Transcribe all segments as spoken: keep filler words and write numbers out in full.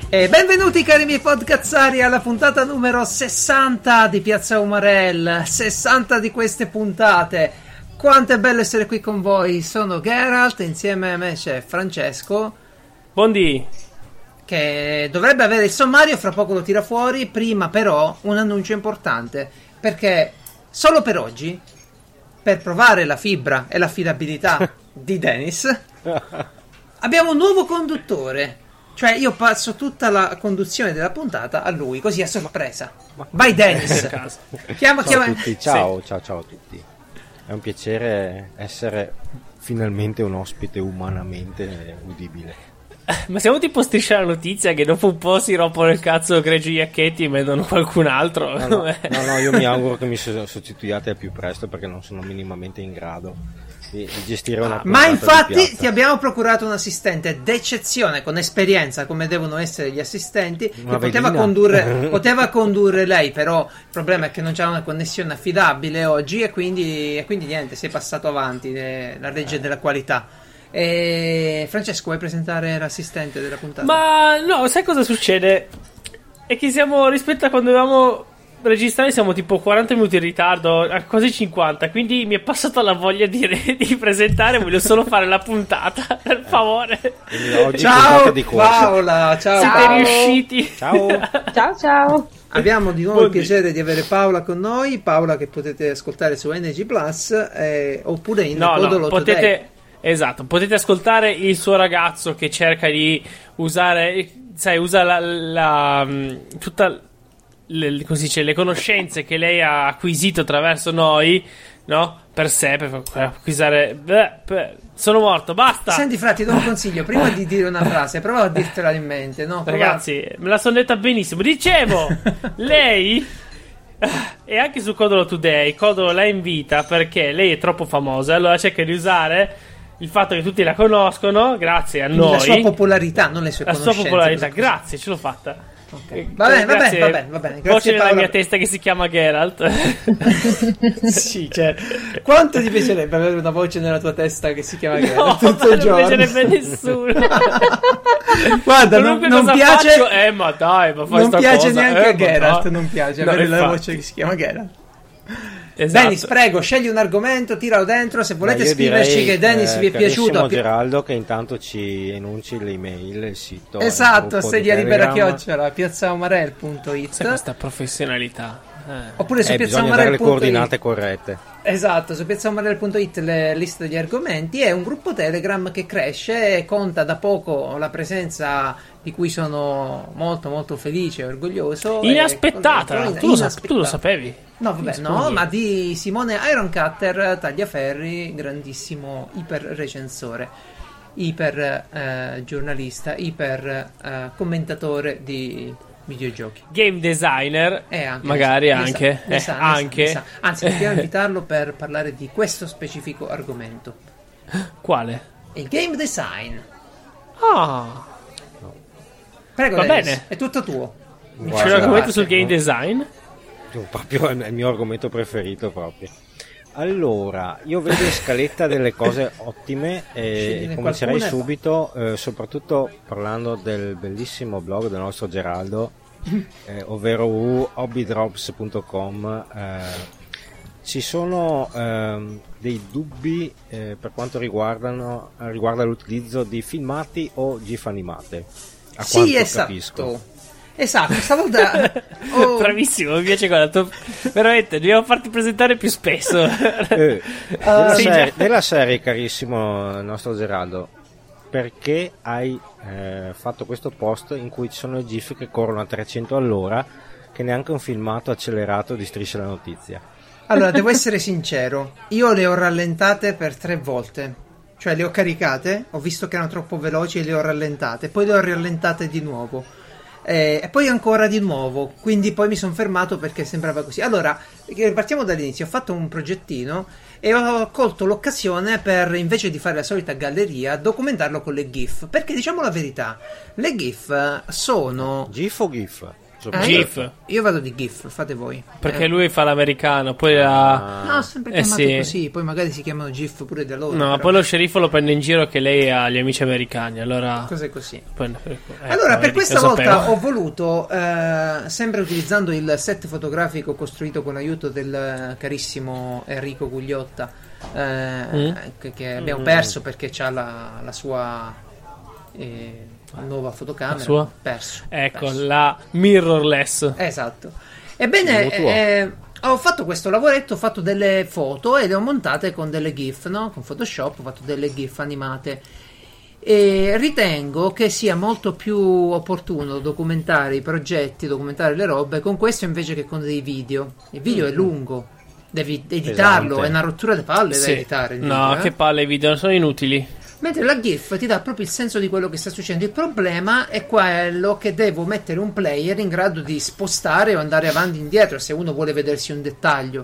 E benvenuti cari miei podcazzari alla puntata numero sessanta di Piazza Umarell. sessanta di queste puntate. Quanto è bello essere qui con voi. Sono Geralt e insieme a me c'è Francesco. Buondì. Che dovrebbe avere il sommario, fra poco lo tira fuori. Prima però un annuncio importante, perché solo per oggi, per provare la fibra e l'affidabilità di Dennis, abbiamo un nuovo conduttore. Cioè io passo tutta la conduzione della puntata a lui, così a sorpresa. Vai Dennis. chiama, ciao chiama... a tutti, ciao, sì. ciao, ciao a tutti. È un piacere essere finalmente un ospite umanamente udibile. Ma siamo tipo Striscia la Notizia che dopo un po' si rompono il cazzo Gregi Iacchetti e vedono qualcun altro. No no, no, no, io mi auguro che mi sostituiate al più presto, perché non sono minimamente in grado di, di gestire una puntata. Ma infatti di ti abbiamo procurato un assistente d'eccezione con esperienza, come devono essere gli assistenti, Una che poteva condurre, poteva condurre lei, però il problema è che non c'è una connessione affidabile oggi e quindi, e quindi niente, si è passato avanti eh, la legge della qualità. E Francesco, vuoi presentare l'assistente della puntata? Ma no, sai cosa succede? È che siamo, rispetto a quando dovevamo registrare, siamo tipo quaranta minuti in ritardo, quasi cinquanta, quindi mi è passata la voglia di, di presentare, voglio solo fare la puntata, per favore. Oggi ciao di Paola, ciao. Siete Paolo. riusciti? Ciao. Ciao ciao. Abbiamo di nuovo Buondì. il piacere di avere Paola con noi, Paola che potete ascoltare su N G Plus eh, oppure in No, Codolo no, potete... Today. Esatto, potete ascoltare il suo ragazzo che cerca di usare, sai, usa la, la tutta le, così dice, le conoscenze che lei ha acquisito attraverso noi, no? Per sé, per acquisire. Beh, beh, sono morto, basta. Senti, Fra, ti do un consiglio. Prima di dire una frase, prova a dirtela in mente, no? Prova... Ragazzi, me la sono detta benissimo. Dicevo, lei. E anche su Codolo Today, Codolo la invita perché lei è troppo famosa, allora cerca di usare il fatto che tutti la conoscono, grazie a noi. La sua popolarità, non le sue La conoscenze. sua popolarità, grazie, ce l'ho fatta. Okay. Va bene, va bene, va bene, va bene. Grazie, voce nella Paola. mia testa che si chiama Geralt. Sì, cioè, quanto ti piacerebbe avere una voce nella tua testa che si chiama No, Geralt tutto non il giorno? Non piacerebbe a nessuno. Guarda, non, Comunque non cosa piace. faccio? Eh, ma dai, ma fai non sta piace cosa. neanche eh, a Geralt, no. non piace No, avere la infatti. voce che si chiama Geralt. Esatto. Dennis, prego, scegli un argomento, tiralo dentro. Se volete Beh, io scriverci direi, che Dennis eh, vi è piaciuto, pi- Geraldo, che intanto ci enunci l'email, il sito, esatto, il sedia di libera Telegram. chiocciola piazzaumarell punto it Sai questa professionalità. Eh. oppure su Eh, bisogna dare le piazzaumarell punto coordinate it. corrette. Esatto, su piazzaumarell punto it le liste degli argomenti. È un gruppo Telegram che cresce e conta da poco la presenza di cui sono molto molto felice e orgoglioso. Inaspettata, E- tu, lo sap- tu lo sapevi? No, vabbè, no, ma di Simone Ironcutter Tagliaferri, grandissimo iper recensore, iper eh, giornalista, iper eh, commentatore di videogiochi. Game designer, E anche, magari ne sa- anche, ne eh, sa, ne anche. sa, ne sa. Anzi, dobbiamo invitarlo per parlare di questo specifico argomento. Quale? Il game design. Ah, Prego, Va Dennis, bene. è tutto tuo. c'è Guarda, un argomento grazie, sul game no? design? Proprio è il mio argomento preferito proprio. Allora, io vedo in scaletta delle cose ottime Scegliene e comincerei qualcuna e subito, eh, soprattutto parlando del bellissimo blog del nostro Geraldo, eh, ovvero w hobby drops punto com. Eh, ci sono ehm, dei dubbi eh, per quanto riguardano riguarda l'utilizzo di filmati o GIF animate. A Sì, quanto esatto. capisco. Esatto, stavolta oh, Bravissimo, mi piace quella tu... veramente, dobbiamo farti presentare più spesso. Eh, della, sì, serie, già. della serie, carissimo nostro Geraldo, perché hai eh, fatto questo post in cui ci sono i GIF che corrono a trecento all'ora, che neanche un filmato accelerato di Striscia la Notizia? Allora, devo essere sincero, io le ho rallentate per tre volte. Cioè le ho caricate, ho visto che erano troppo veloci e le ho rallentate, poi le ho rallentate di nuovo. Eh, e poi ancora di nuovo, quindi poi mi sono fermato perché sembrava così. Allora, partiamo dall'inizio. Ho fatto un progettino e ho colto l'occasione per, invece di fare la solita galleria, documentarlo con le GIF, perché diciamo la verità, le GIF sono GIF o GIF? Eh, GIF. Io, io vado di GIF, fate voi. Perché Eh. lui fa l'americano, poi la... No, sempre Eh, chiamato sì. così, poi magari si chiamano GIF pure da loro. No, ma però. poi lo sceriffo lo prende in giro che lei ha gli amici americani, allora... Cos'è così? Poi- eh, Allora, per vedi, questa lo volta sapevo. ho voluto, eh, sempre utilizzando il set fotografico costruito con l'aiuto del carissimo Enrico Gugliotta, eh, Mm. che, che abbiamo Mm. perso perché c'ha la, la sua eh, nuova fotocamera. La sua? Perso. Ecco, perso. la mirrorless. Esatto. Ebbene, Nuovo tuo. eh, ho fatto questo lavoretto, ho fatto delle foto e le ho montate con delle GIF, no? Con Photoshop ho fatto delle GIF animate. E ritengo che sia molto più opportuno documentare i progetti, documentare le robe con questo invece che con dei video. Il video è lungo, devi editarlo, Pesante. è una rottura di palle da Sì. editare. Il No, video, eh. che palle, i video sono inutili. Mentre la GIF ti dà proprio il senso di quello che sta succedendo. Il problema è quello che devo mettere un player in grado di spostare o andare avanti e indietro se uno vuole vedersi un dettaglio.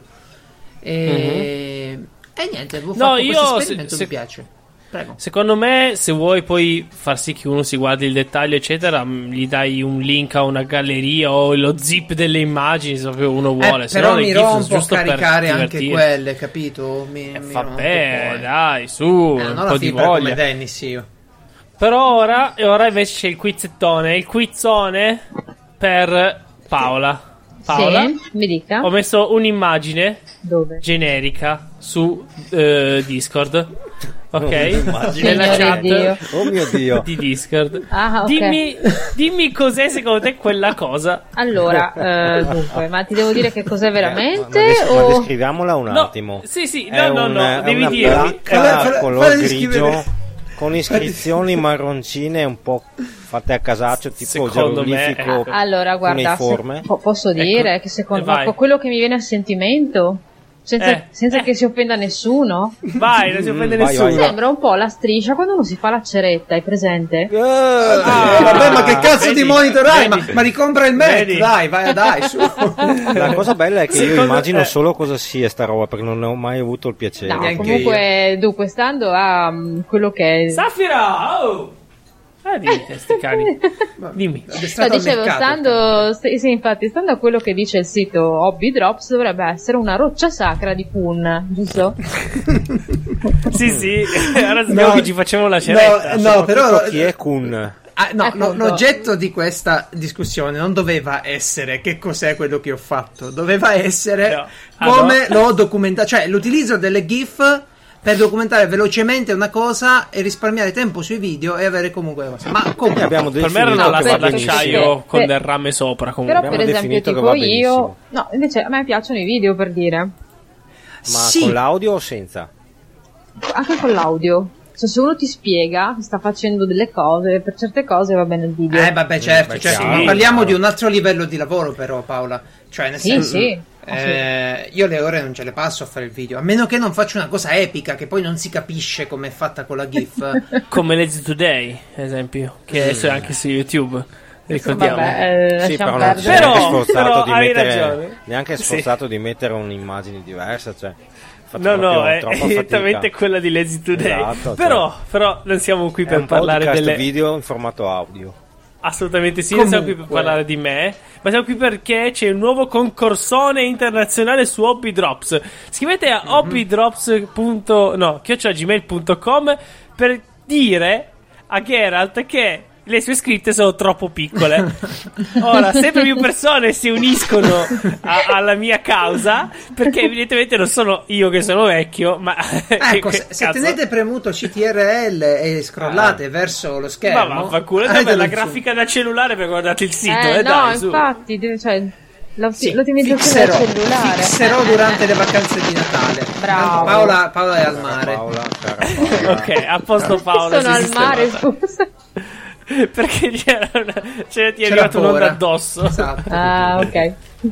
E, e niente, avevo No, fatto io questo se- esperimento, se- mi piace. Prego. Secondo me, se vuoi poi far sì che uno si guardi il dettaglio, eccetera, mh, gli dai un link a una galleria o lo zip delle immagini, se proprio uno vuole. Eh, Se però no, le mi GIF sono rompo a giusto per caricare anche divertirsi. quelle, capito? Mi, Eh, mi vabbè, rompo poi. dai, su, Eh, un non po' la di fibra voglia. come Dennis io. Però ora, e ora invece c'è il quizzettone, il quizzone per Paola. Paola, Sì, mi dica. ho messo un'immagine Dove? generica su eh, Discord. Ok? Un'immagine. Nella Signore chat Dio. Oh mio Dio. di Discord. Ah, ok. Dimmi, dimmi cos'è secondo te quella cosa. Allora, eh, dunque, ma ti devo dire che cos'è veramente? Ma, des- ma o... descriviamola un No, attimo. sì, sì, È no, no, un- no, è devi una dirmi. placca Falla- falla- color falla grigio descrivere. con iscrizioni marroncine un po' fatte a casaccio, tipo Secondo me, geroglifico ecco. Allora, guarda, se- cuneiforme. po- posso dire Ecco, che secondo e vai. me quello che mi viene a sentimento, senza, Eh, senza eh. che si offenda nessuno, Vai, non si offende Mm, vai, nessuno. vai. sembra un po' la striscia quando uno si fa la ceretta, hai presente? Eh, Ah, Eh, vabbè, ma che cazzo vedi, di monitor hai? Ma, vedi. ma ricompra il Mac, Vedi. dai, vai, dai, su. La cosa bella è che io Secondo- immagino eh. solo cosa sia sta roba, perché non ne ho mai avuto il piacere. No, neanche comunque, dunque, stando a mm, quello che è... Safira! Oh! Ah, dimmi, sti cani. Dimmi. No, Addestrato al dicevo, mercato, stando, sì, sì, infatti, stando a quello che dice il sito Hobby Drops, dovrebbe essere una roccia sacra di Kun, giusto? Sì, sì. Ora sappiamo No. che ci facciamo la ceretta. No, no, però Soprattutto chi è Kun? Ah, no, Appunto. lo- l'oggetto di questa discussione non doveva essere che cos'è quello che ho fatto, doveva essere No. Ah, come no? l'ho documentato, cioè l'utilizzo delle GIF per documentare velocemente una cosa e risparmiare tempo sui video e avere comunque le cose. Ma Quindi comunque abbiamo Per me definito erano No, lastre che va perché- d'acciaio benissimo. con per- del rame sopra. Comunque. Però, per abbiamo esempio, definito che tipo va io... benissimo. No, invece a me piacciono i video, per dire. Ma sì, con l'audio o senza? Anche con l'audio. Cioè, se uno ti spiega che sta facendo delle cose, per certe cose va bene il video. eh vabbè certo, Beh, certo. chiaro, Ma parliamo chiaro. di un altro livello di lavoro però Paola, cioè nel Sì, senso sì. eh, io le ore non ce le passo a fare il video, a meno che non faccia una cosa epica che poi non si capisce come è fatta con la GIF. Come Lazy Today, ad esempio, che adesso è anche su YouTube. Ricordiamo. Vabbè, eh, Sì, lasciamo però non si è perdere. Però- neanche sforzato però di hai mettere ragione. neanche Sì. sforzato di mettere un'immagine diversa, cioè fatto No, no, proprio è troppa esattamente fatica. quella di Lazy Today. Esatto, però, cioè. però non siamo qui È per un parlare podcast delle. video in formato audio. Assolutamente sì, non siamo qui per Comunque. parlare di me, ma siamo qui perché c'è un nuovo concorsone internazionale su Hobby Drops. Scrivete a hobbydrops. no, chiocciola gmail punto com per dire a Geralt che le sue scritte sono troppo piccole. Ora, sempre più persone si uniscono a- alla mia causa, perché evidentemente non sono io che sono vecchio, ma Ecco, che se, se cazzo. tenete premuto C T R L e scrollate verso lo schermo, Ma vaffanculo, avete dov'è la lo zoom. grafica da cellulare per guardate il sito, Eh, eh, no, dai, su. infatti, deve- cioè, l'otti- Sì, l'ottimizzazione fixerò, del cellulare. fixerò durante le vacanze di Natale. Bravo. Paola, Paola è al mare. Paola, cara Paola. Ok, a posto Paola. Sono sei al mare, sistemata. scusa. Perché c'era una, c'era, ti è C'era arrivata un'onda paura. addosso. Esatto. Ah, ok.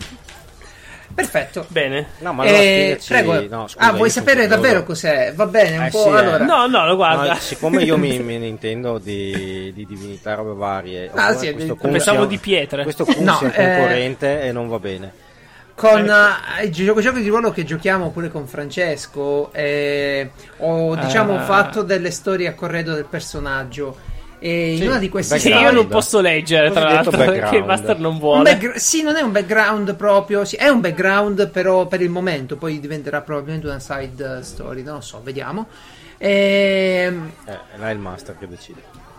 Perfetto. Bene. No, ma allora Eh, spiegaci- prego. no, scusa, ah, io vuoi sono sapere curioso. davvero cos'è? Va bene, un Eh, po'. sì, eh. allora. No, no, lo guarda. No, siccome io mi, me ne intendo di, di divinità e robe varie, Ah, ora sì, questo pensavo Kun Pensavo sia- di pietre. Questo Kun No, sia un eh, concorrente e non va bene. Con eh, i giochi giochi di ruolo che giochiamo pure con Francesco, eh, ho diciamo Ah. fatto delle storie a corredo del personaggio. E Sì, in una di queste Che background. io non posso leggere, tra Cosiddetto l'altro, background. che Master non Un vuole. backgra- sì, non è un background proprio, sì, è un background però per il momento, poi diventerà probabilmente una side story, non lo so, vediamo. Ehm, Eh, là è il master che decide.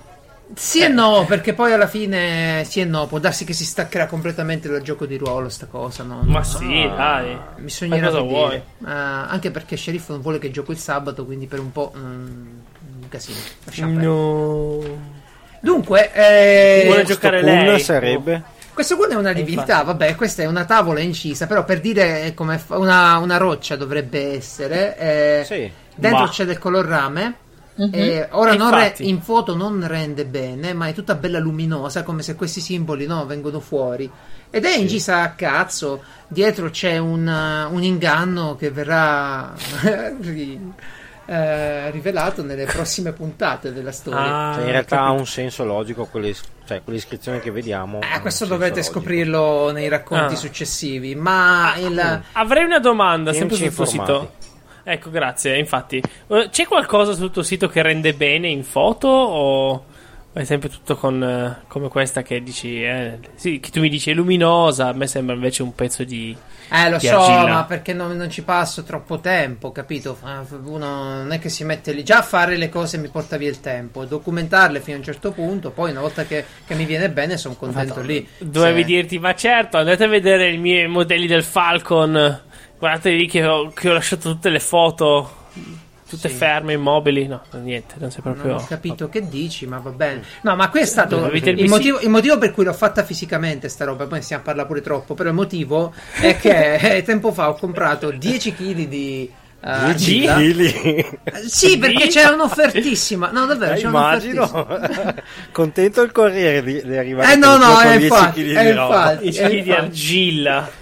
sì e no, perché poi alla fine sì e no, può darsi che si staccherà completamente dal gioco di ruolo sta cosa, no? Ma No, sì, dai. bisognerà Ma cosa vedere. vuoi? Eh, anche perché Sheriff non vuole che gioco il sabato, quindi per un po' mm, un casino. Lasciamo perdere. No. Dunque, eh, Vuole Questo giocare Kun lei. sarebbe questo qua è una divinità, vabbè, questa è una tavola incisa, però per dire come fa- una, una roccia dovrebbe essere, eh, Sì. dentro Ma- c'è del color rame, Mhm. eh, ora non re- Infatti. in foto non rende bene, ma è tutta bella luminosa, come se questi simboli no, vengono fuori, ed è incisa a cazzo, dietro c'è un, uh, un inganno che verrà ri- eh, rivelato nelle prossime puntate della storia. Ah, Cioè, in realtà ha capito. un senso logico, quelle, cioè quelle iscrizioni che vediamo. Eh, hanno questo un dovrete senso logico. scoprirlo nei racconti Ah. successivi, ma il... Avrei una domanda, sempre Tienici sul tuo informati. sito. Ecco, grazie. Infatti, eh, c'è qualcosa sul tuo sito che rende bene in foto o è sempre tutto con eh, come questa che dici, eh, sì, che tu mi dici è luminosa, a me sembra invece un pezzo di Eh, lo di so, argilla. ma perché non, non ci passo troppo tempo, capito? Uno non è che si mette lì. Già a fare le cose mi porta via il tempo, documentarle fino a un certo punto, poi una volta che, che mi viene bene sono contento lì. Dovevi Se- dirti, ma certo, andate a vedere i miei modelli del Falcon. Guardate lì che ho, che ho lasciato tutte le foto, tutte Sì. ferme, immobili. No, niente, non sei Non proprio. ho capito che dici, ma va bene. No, ma questo è stato Avete il il P C? motivo, il motivo per cui l'ho fatta fisicamente sta roba, poi stiamo a parlare pure troppo, però il motivo è che eh, tempo fa ho comprato dieci chili di eh, dieci argilla. chili. Eh, Sì, perché c'era un'offertissima. No, davvero, Eh, c'era immagino. un'offertissima. Contento il corriere di, di arrivare Eh no, no, con è dieci infatti, chili è di roba. infatti. I chili di infatti. argilla.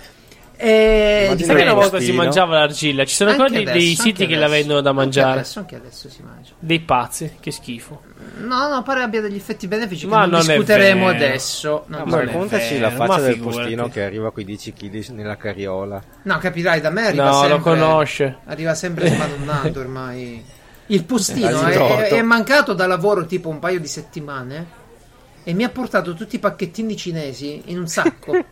E Immagino di Sai che una il volta si postino. mangiava l'argilla? Ci sono Anche ancora dei- adesso, dei anche siti che la adesso. vendono da Anche mangiare. adesso, anche adesso si mangia. Dei pazzi, che schifo. No, no, pare abbia degli effetti benefici Ma che non, non è discuteremo vero. adesso. No, Non ma non è raccontaci vero, la faccia ma del figurati. postino che arriva con i dieci chili nella carriola. No, capirai, da me arriva No, sempre. lo conosce. Arriva sempre smadonnato ormai. Il postino è, All'intorno. è- è mancato da lavoro tipo un paio di settimane e mi ha portato tutti i pacchettini cinesi in un sacco.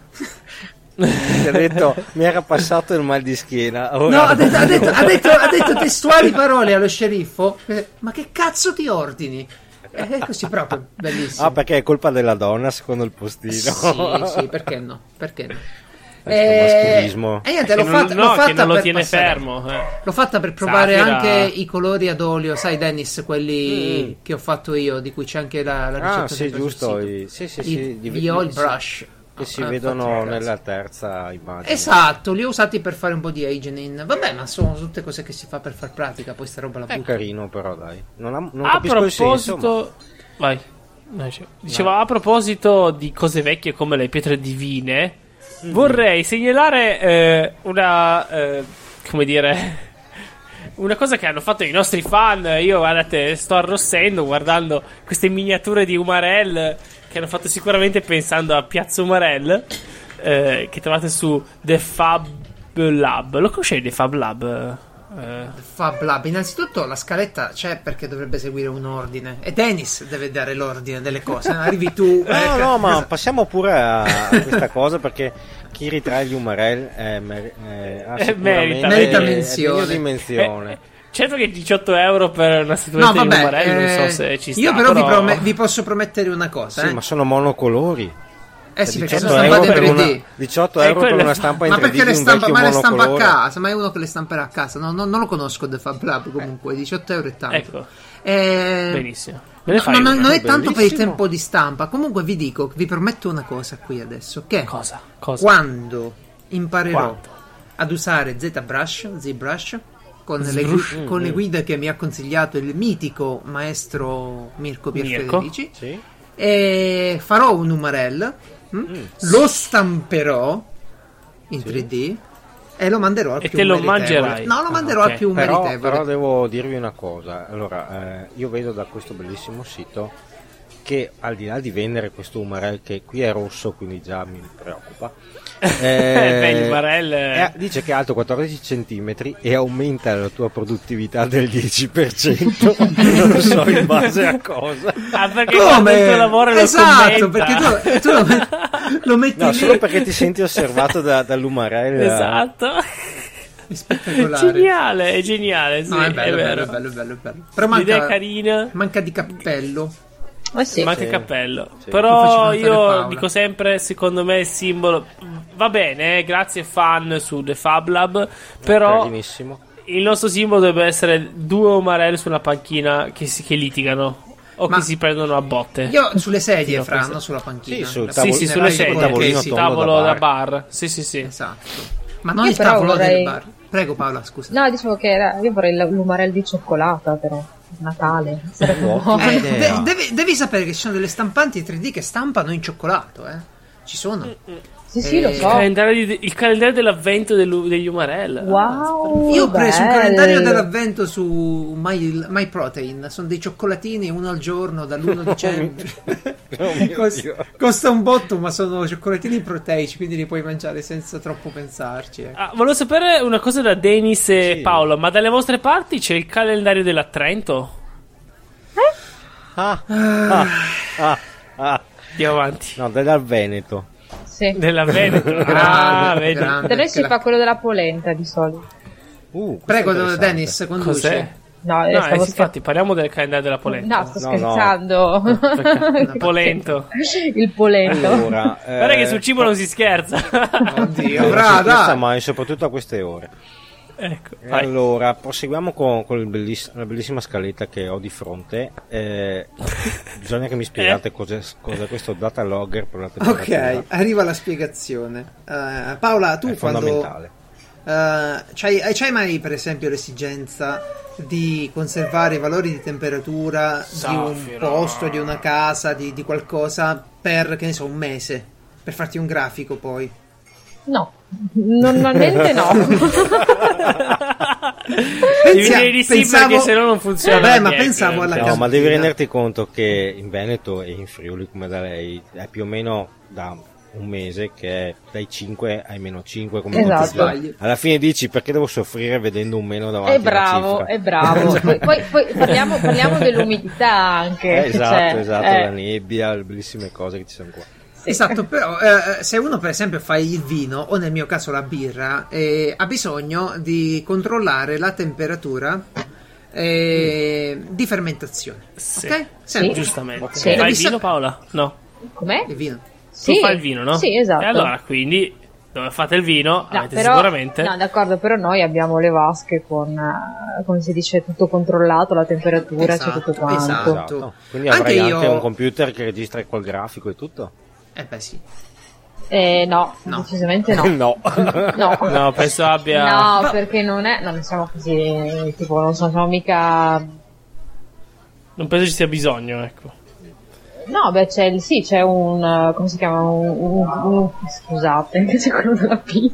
Ti ha detto, mi era passato il mal di schiena. Ora- No, ha detto, ha detto- ha detto- ha detto testuali parole allo sceriffo. eh, Ma che cazzo ti ordini? E è così proprio, bellissimo. Ah, perché è colpa della donna secondo il postino. Sì, sì, perché no? Perché no? Questo maschilismo. e niente, l'ho Che non- fatta, no, l'ho che fatta non lo per tiene passare- fermo. eh. L'ho fatta per provare Safira. anche i colori ad olio, sai Dennis, quelli Mm. che ho fatto io, di cui c'è anche la, la ricetta Ah, sì, sempre sul giusto. sito. I, sì, sì, I- sì, di- gli oil sì, brush. che si Ah, vedono infatti, nella grazie. terza immagine. Esatto, li ho usati per fare un po' di agenine. Vabbè, ma sono tutte cose che si fa per far pratica, poi sta roba la È butto. carino, però, dai. Non, ha, non A capisco il senso. proposito, vai. No, dicevo- Dicevo, a proposito di cose vecchie come le pietre divine, Mm. vorrei segnalare eh, una, eh, come dire, una cosa che hanno fatto i nostri fan. Io, guardate, sto arrossendo guardando queste miniature di Umarell che hanno fatto sicuramente pensando a Piazza Umarell, eh, che trovate su The Fab Lab. Lo conoscete The Fab Lab? Eh, Fab Lab. Innanzitutto la scaletta c'è perché dovrebbe seguire un ordine. E Dennis deve dare l'ordine delle cose. Arrivi tu. No, eh, no, ma cosa- passiamo pure a, a questa cosa perché chi ritrae gli Umarell è, mer- è- ha Eh, sicuramente merita, merita è menzione. degno di menzione. Eh, certo che diciotto euro per una statuetta No, di vabbè, Umarell non so eh, se ci sta. io però, Vi, prome- vi posso promettere una cosa. Sì, eh. ma sono monocolori. Eh sì, perché diciotto sono euro stampate per in tre D. una, diciotto Eh, euro per quello- una stampa in Ma tre D perché le di un stampa, vecchio ma le stampa a monocolore. casa? Ma è uno che le stamperà a casa. No, no, non lo conosco The Fab Lab comunque. diciotto euro è tanto. Ecco, Eh, benissimo. Me ne no, fai no, una? non è tanto per il Bellissimo. tempo di stampa. Comunque vi dico, vi prometto una cosa qui adesso. Che Cosa? Cosa? quando imparerò Quando? ad usare ZBrush, ZBrush con, le, Sbrush. gui- con le guide che mi ha consigliato il mitico maestro Mirko Mirko? Pierfederici, Sì. e farò un Umarell, mm? lo stamperò in tre D e lo manderò al E più te lo meritevole. mangerai? No, lo Ah, manderò ok. al più Però, meritevole. però devo dirvi una cosa. Allora, eh, io vedo da questo bellissimo sito che al di là di vendere questo Umarell che qui è rosso, quindi già mi preoccupa, eh, Beh, Umarell è, dice che è alto quattordici centimetri e aumenta la tua produttività del dieci per cento. Non so in base a cosa. Ah, perché come? Il tuo lavoro esatto, lo perché tu, tu lo, metti, lo metti no, lì. solo perché ti senti osservato da, dall'Umarell. Esatto. È spettacolare. Geniale, è geniale, sì, no, è bello, è è vero. bello, è bello, è bello. Però manca, l'idea è carina. Manca di cappello. Eh sì. Manca sì. il cappello. Sì. Però io Paola. dico sempre, secondo me il simbolo va bene, eh, grazie fan su The Fab Lab, però Carinissimo. il nostro simbolo dovrebbe essere due Umarell su una panchina che, si, che litigano o Ma che si prendono a botte. Io sulle sedie, Io fra, penso. non sulla panchina. Sì, sul La tavolo- sì, sì, panchina sulle là, sedie, io tavolino perché sì. tondo tavolo da da bar. bar. Sì, sì, sì. Esatto. Ma non Io il però tavolo vorrei- del bar. Prego Paola, scusa. No, dicevo che era, io vorrei l- l'Umarell di cioccolata, però. Natale. Sarebbe Oh, buono. Eh, idea. de- devi, devi sapere che ci sono delle stampanti tre D che stampano in cioccolato, eh. Ci sono. Sì, sì, lo Eh, Il so. calendario, di- il calendario dell'avvento dell'u- degli Umarell. Wow. Io ho preso un bello. calendario dell'avvento su My, My Protein. Sono dei cioccolatini, uno al giorno dall'primo dicembre. Oh mio costa, Dio. costa un botto, ma sono cioccolatini proteici, quindi li puoi mangiare senza troppo pensarci. eh. Ah, volevo sapere una cosa da Denis e Sì. Paolo, ma dalle vostre parti c'è il calendario della Trento? Ah, ah, ah, ah. Andiamo avanti. No, dal Veneto. Sì. Della Veneto. Ah, Grande, vedi. grande. Da noi si Che la- fa quello della polenta di solito. Uh, questo Prego, è interessante. Dennis, conduci. Cos'è? No, eh, No, stavo eh, infatti, parliamo del calendario della scherzando. polenta. No, sto No, no. scherzando. Il polento. Il polento. Allora, Guarda che eh, sul cibo non si scherza. Oddio, non brava, si scherza dai. mai, soprattutto a queste ore. Ecco, E vai. allora, proseguiamo con, con il belliss- la bellissima scaletta che ho di fronte. Eh, bisogna che mi spiegate cos'è, cos'è questo data logger per la temperatura. Ok, arriva la spiegazione. Eh, Paola, tu È quando fondamentale. eh, c'hai, c'hai mai per esempio l'esigenza di conservare i valori di temperatura di un Safiro. posto, di una casa, di, di qualcosa per, che ne so, un mese? Per farti un grafico poi. No, normalmente no. Devi dire di sì perché se no non funziona. Vabbè, ma niente. pensavo alla No, cantina. ma devi renderti conto che in Veneto e in Friuli, come da lei, è più o meno da un mese che è dai cinque ai meno cinque. Come Esatto. contestuale. Alla fine dici perché devo soffrire vedendo un meno davanti È alla bravo, cifra? è bravo. Poi, poi- poi parliamo, parliamo dell'umidità anche. Eh, che esatto, c'è. esatto, Eh, la nebbia, le bellissime cose che ci sono qua. sì. Esatto, però eh, se uno per esempio fa il vino o nel mio caso la birra, eh, ha bisogno di controllare la temperatura eh, di fermentazione. Sì. Ok? Sempre. Giustamente. Sì. Fai il Devi sa- vino, Paola? No. Com'è? Il vino. Sì. Tu fai il vino, no? Sì, esatto. E allora, quindi, dove fate il vino, No, avete però, sicuramente... no, d'accordo, però noi abbiamo le vasche con, eh, come si dice, tutto controllato, la temperatura, c'è tutto quanto. esatto. Esatto. Quindi Anche avrai io- anche un computer che registra col grafico e tutto? Eh beh sì. Eh, no, No. decisamente no. No. No. No, penso abbia... No, perché non è, no, non siamo così, tipo, non siamo mica, Non penso ci sia bisogno, ecco. no, beh, c'è il, sì, c'è un, eh, come si chiama, un, un- un- scusate, c'è quello della pizza,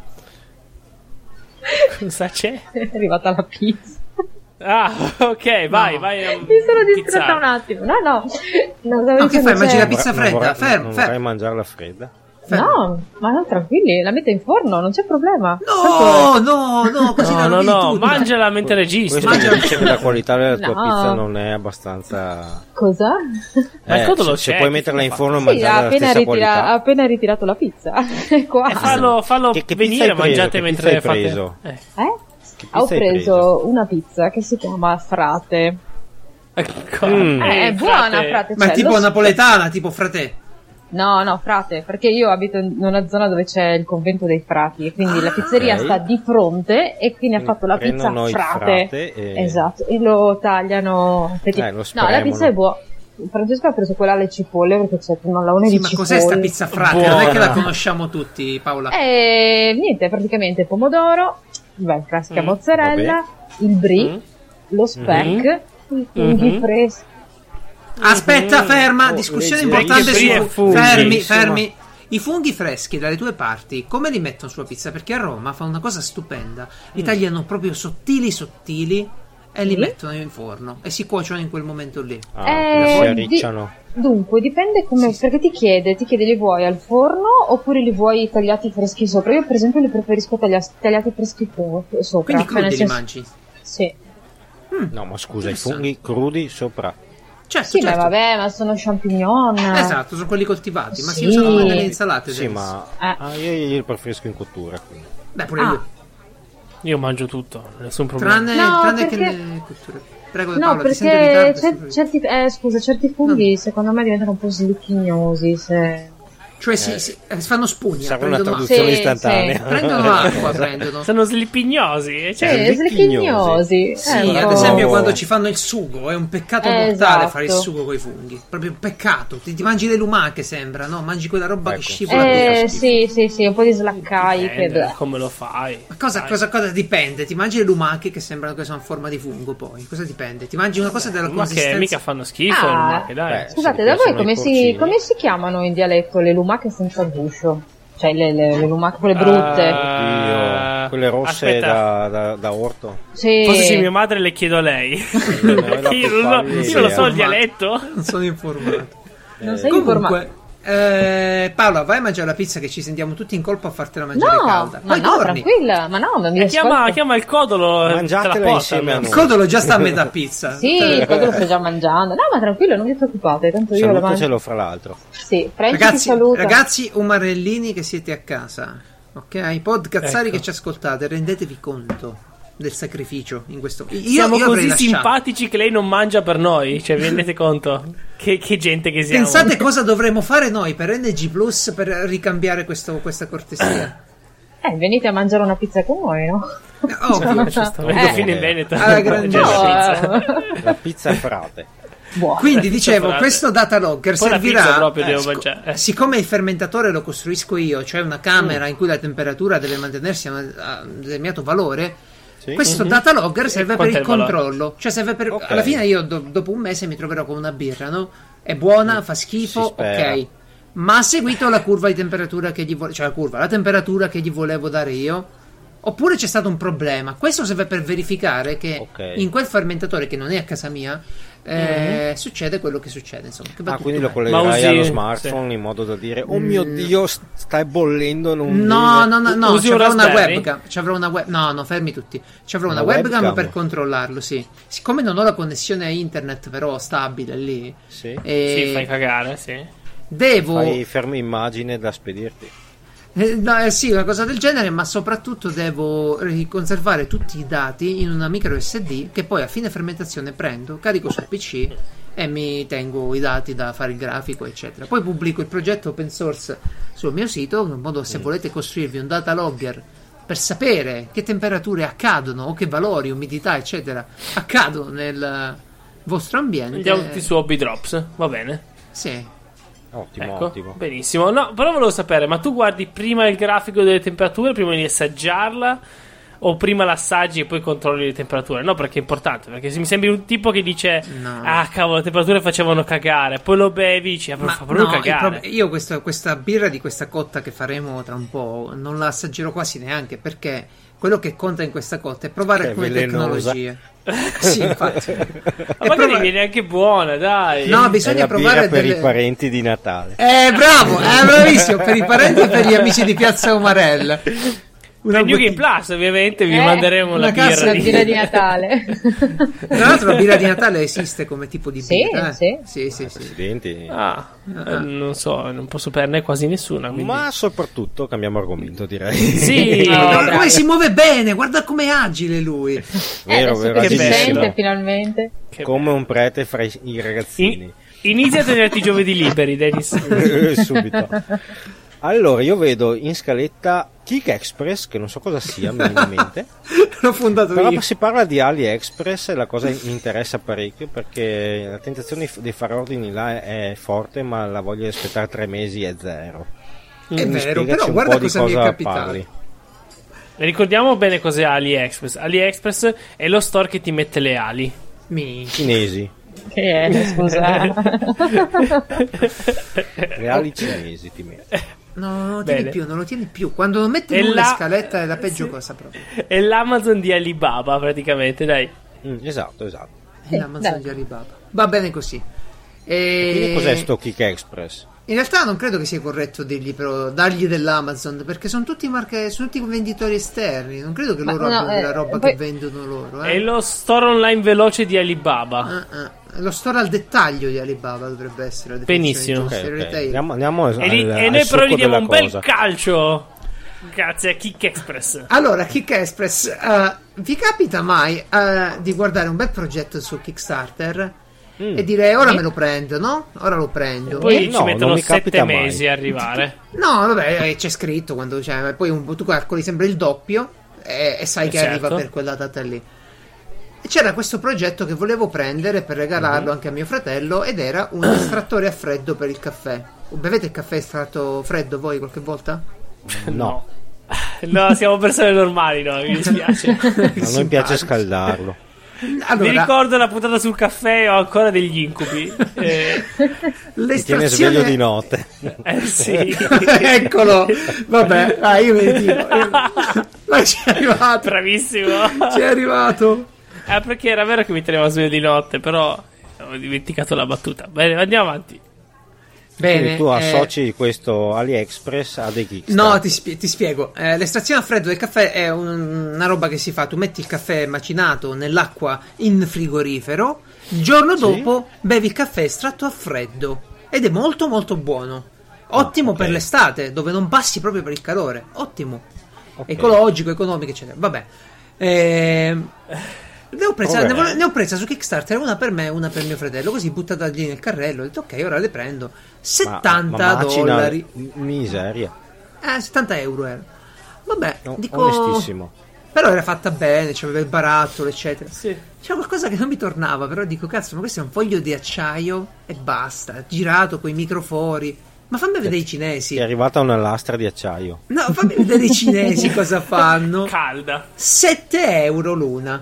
Cosa c'è? è arrivata la pizza. Ah, ok, vai, No. vai. a Mi sono distratta pizzare. un attimo, no, no, no, stavo No, che dicendo fai, mangi c'è- la pizza Non fredda? vorrei- Ferm, non ferm. vorrei mangiarla fredda. No, ma no, tranquilli, la metto in forno, non c'è problema. No, no, no, così No, la no, rovini no, tutto. mangiala mentre registri. Questo mi dice che la qualità della tua No. pizza non è abbastanza... Cosa? Ma il codolo se, se c'è, puoi che metterla in fa? forno e Sì, mangiarla ha alla appena, stessa ritira- ha qualità. appena ritirato la pizza. È qua. E fallo, fallo Che- che pizza venire, hai preso? mangiate Che mentre pizza hai fate... preso? Eh. Eh? Che pizza Ho hai preso una pizza che si chiama Frate. Ecco. Mm. Eh, è buona, Frate. Ma è cioè, tipo lo- napoletana, tipo frate. No, no, Frate, perché io abito in una zona dove c'è il convento dei frati e quindi la pizzeria ok. sta di fronte e quindi ha fatto la pizza Prendono il Frate. frate e- Esatto, e lo tagliano. Eh, lo no, la spremono. pizza è buona. Francesco ha preso quella alle cipolle perché c'è un allone Sì, di ma cipolle. cos'è sta pizza frate? Non è che la Buona. conosciamo tutti, Paola. Eh, niente, praticamente pomodoro, beh, fresca Mm, mozzarella, il brie, Mm. lo speck, i funghi Mhm. freschi. Aspetta, ferma, Oh, discussione legge- importante Perché su brie e funghi, fermi, insomma. fermi. I funghi freschi dalle tue parti, come li mettono sulla pizza? Perché a Roma fa una cosa stupenda. Li tagliano proprio sottili sottili e li mettono in forno e si cuociono in quel momento lì. Ah, Eh, si di- arricciano. Dunque, dipende come, Sì, sì. perché ti chiede, ti chiede li vuoi al forno oppure li vuoi tagliati freschi sopra. Io per esempio li preferisco taglia- tagliati freschi po- sopra. Quindi cioè, crudi nel li senso- mangi? Sì. No, ma scusa, i Interessante. funghi crudi sopra. Certo, Sì, certo. ma vabbè, ma sono champignon. Esatto, sono quelli coltivati, ma si Sì. usano nelle insalate. Sì, Dennis. ma Eh. ah, io, io li preferisco in cottura. Quindi. Beh, pure Ah. io. Io mangio tutto, nessun problema. Tranne, No, tranne perché- che le cotture. Prego, No, Paolo, ti sento in perché ritardo, cer- sì. certi, eh, scusa, certi funghi secondo me diventano un po' slichignosi se... Cioè si, si, eh, fanno spugna, Serve una prendono, traduzione Sì, istantanea. sì. prendono acqua, prendono. Sono slipignosi. Cioè, Sì, slichignosi. slichignosi. Sì, Eh, un ad po'. esempio quando ci fanno il sugo, è un peccato Eh, mortale esatto. fare il sugo con i funghi. Proprio un peccato. Ti, ti mangi le lumache, sembra, no? Mangi quella roba Ecco. che scivola. Eh, via. sì, sì, sì, un po' di slaccai che... dipende come lo fai. Ma cosa, Dai. cosa, cosa dipende? Ti mangi le lumache che sembrano che sono a forma di fungo, poi. Cosa dipende? Ti mangi una cosa della Ma consistenza. che mica fanno schifo, Ah. le lumache, dai. Beh, Scusate, se da voi piacciono come i si, porcini. come si chiamano in dialetto le lumache senza guscio? Cioè le, le, le lumache, quelle brutte. Ah. Dio, quelle rosse Aspetta. da, da, da orto. Sì. Forse se mia madre le chiedo a lei. la io non, lo, papaglia io lo so il idea. dialetto. Non sono informato. Non sei informato. Comunque, eh, Paola, vai a mangiare la pizza che ci sentiamo tutti in colpa a fartela mangiare No, calda. ma Poi no, torni. tranquilla, ma no, ma mi E chiama, ascolta. chiama il codolo. te la Mangiatela porta, insieme a allora. Il noi. codolo già sta a metà pizza. Sì, il codolo sto già mangiando. No, ma tranquillo, non vi preoccupate, tanto io la mangio. Salutacelo fra l'altro. Sì, Franci ti Ragazzi, saluta. ragazzi umarellini che siete a casa, ok? Podcazzari Ecco. che ci ascoltate, rendetevi conto del sacrificio in questo. Io, Siamo io avrei così lasciato. simpatici che lei non mangia per noi. Cioè, vi rendete conto? Che, che gente che siamo. Pensate cosa dovremmo fare noi per N G Plus per ricambiare questo- questa cortesia. Eh, venite a mangiare una pizza con noi, no? Eh, Ovvio. Giustamente, Eh. fino in Veneto. Alla grande- Mangiare la No, pizza. eh. La pizza frate. Buono. Quindi dicevo, Frate. questo data logger Poi la servirà. pizza proprio eh, devo sic- mangiare. Eh. Siccome il fermentatore lo costruisco io, cioè una camera Mm. in cui la temperatura deve mantenersi a un a un determinato valore. Sì? Questo Mhm. data logger serve per Quanto è il il valore? controllo. Cioè serve per. Ok. Alla fine io do- dopo un mese mi troverò con una birra, no? È buona, fa Si schifo, spera. ok. Ma ha seguito la curva di temperatura che gli vo- cioè la curva, la temperatura che gli volevo dare io. Oppure c'è stato un problema. Questo serve per verificare che Ok. in quel fermentatore che non è a casa mia eh, succede quello che succede. Insomma, che va Ah, tutto quindi lo bene. Ma collegherai usi- allo smartphone in modo da dire: oh mio Dio, stai bollendo. Non No, viene." no, no, no, Usi ci un avrò una Raspberry? webcam. Ci avrò una web. No, no, fermi tutti. Ci avrò una, Una webcam, webcam? per controllarlo, sì. Siccome non ho la connessione a internet, però stabile lì, Sì. eh, Sì, fai cagare, sì. devo. Fai fermi immagine da spedirti. Eh, no, eh, sì, una cosa del genere, ma soprattutto devo riconservare tutti i dati in una micro S D che poi a fine fermentazione prendo, carico sul P C e mi tengo i dati da fare il grafico, eccetera. Poi pubblico il progetto open source sul mio sito, in modo se volete costruirvi un data logger per sapere che temperature accadono o che valori, umidità, eccetera, accadono nel vostro ambiente. Andiamo tutti su Hobby Drops, va bene. Sì. Ottimo, Ecco, ottimo. benissimo. No, però volevo sapere, ma tu guardi prima il grafico delle temperature prima di assaggiarla o prima l'assaggi e poi controlli le temperature? No, perché è importante, perché se mi sembri un tipo che dice No. ah cavolo, le temperature facevano cagare, poi lo bevi, dici ah, Ma fa proprio no, il cagare. prob- io questa, questa birra di questa cotta che faremo tra un po' non la assaggerò quasi neanche, perché quello che conta in questa cotta è provare Che è alcune velenosa. tecnologie. Sì, infatti. Ma E magari prova- viene anche buona, dai. No, È bisogna la provare birra per delle... i parenti di Natale. Eh, bravo, è bravissimo, per i parenti e per gli amici di Piazza Umarella. Una Per New Game bottiglia- Plus, ovviamente, vi Eh, manderemo una la cassa birra La di... birra di Natale. Tra l'altro la birra di Natale esiste come tipo di Sì, birra. eh? sì. Sì, sì, sì. Presidenti. Ah, eh, non so, non posso saperne quasi nessuna. Quindi... Ma soprattutto cambiamo argomento, direi. Sì, No, Guarda bravi. come si muove bene, guarda com'è agile lui. Vero, eh, vero, adesso che si agilissimo. sente finalmente. Che Come un prete fra i, i ragazzini. In- Inizia a tenerti giovedì liberi, Dennis. Subito. Allora, io vedo in scaletta Kick Express, che non so cosa sia minimamente, L'ho fondato però io. si parla di AliExpress e la cosa mi interessa parecchio perché la tentazione di f- di fare ordini là è, è forte, ma la voglia di aspettare tre mesi è zero. È Quindi vero, spiegaci però un guarda po' di cosa mi è capitato. parli. Ricordiamo bene cos'è AliExpress. AliExpress è lo store che ti mette le ali. Minchia. Cinesi, Che è, scusa. le ali cinesi ti metto. No, non lo tieni Bene. più, non lo tieni più. Quando lo metti E in là- la scaletta è la peggio Sì. cosa proprio. È l'Amazon di Alibaba, praticamente, dai. Mm, esatto, esatto. In Amazon dai. di Alibaba. Va bene così. E... Quindi cos'è sto Kick Express? In realtà non credo che sia corretto dirgli però, dargli dell'Amazon, perché sono tutti marche, sono tutti venditori esterni. Non credo che Ma loro no, abbiano della eh, roba poi- che vendono loro. È Eh. lo store online veloce di Alibaba. Ah, ah. Lo store al dettaglio di Alibaba dovrebbe essere la definizione Benissimo. giusta. Ok, In ok. retail. Andiamo, andiamo al, E, lì- al- e al noi succo però gli diamo della un bel cosa. calcio. Grazie a Kick Express. Allora, Kick Express, eh, vi capita mai eh, di guardare un bel progetto su Kickstarter Mm. e dire ora me lo prendo, no? Ora lo prendo. Poi no, ci non mettono mi sette capita mai. mesi a arrivare. No, vabbè, eh, c'è scritto quando c'è, poi un, tu calcoli sempre il doppio e, e sai Eh, che certo. arriva per quella data lì. E c'era questo progetto che volevo prendere per regalarlo anche a mio fratello ed era un estrattore a freddo per il caffè. Bevete il caffè estratto freddo voi qualche volta? No, No, siamo persone normali, no, mi dispiace. a noi piace scaldarlo. Mi Allora, ricordo la puntata sul caffè e ho ancora degli incubi. Eh, Ti tiene sveglio di notte. eh, sì. Eccolo, vabbè, ah, io mi dico. Ma ci è arrivato, Bravissimo. ci è arrivato. Eh, perché era vero che mi teneva sveglio di notte, però ho dimenticato la battuta. Bene, andiamo avanti. Bene, Quindi tu eh, associ questo AliExpress a dei Kickstarter. no, ti, spie- ti spiego. Eh, l'estrazione a freddo del caffè è un- una roba che si fa. Tu metti il caffè macinato nell'acqua in frigorifero. Il giorno Sì. dopo bevi il caffè estratto a freddo. Ed è molto, molto buono. Ottimo Ah, ok. per l'estate, dove non passi proprio per il calore. Ottimo. Ok. Ecologico, economico, eccetera. Vabbè. Ehm, Ne ho, presa, ne, Vabbè. vo- ne ho presa su Kickstarter una per me e una per mio fratello, così buttata lì nel carrello. Ho detto ok, ora le prendo. settanta Ma- ma macina- dollari. m- Miseria. Eh, settanta euro era. Vabbè, No, dico. onestissimo. Però era fatta bene, c'aveva il barattolo, eccetera. Sì. C'era qualcosa che non mi tornava, però dico cazzo, ma questo è un foglio di acciaio e basta, girato coi microfori. Ma fammi vedere i cinesi. Ti è arrivata una lastra di acciaio. No, fammi vedere i cinesi cosa fanno. Calda. sette euro l'una.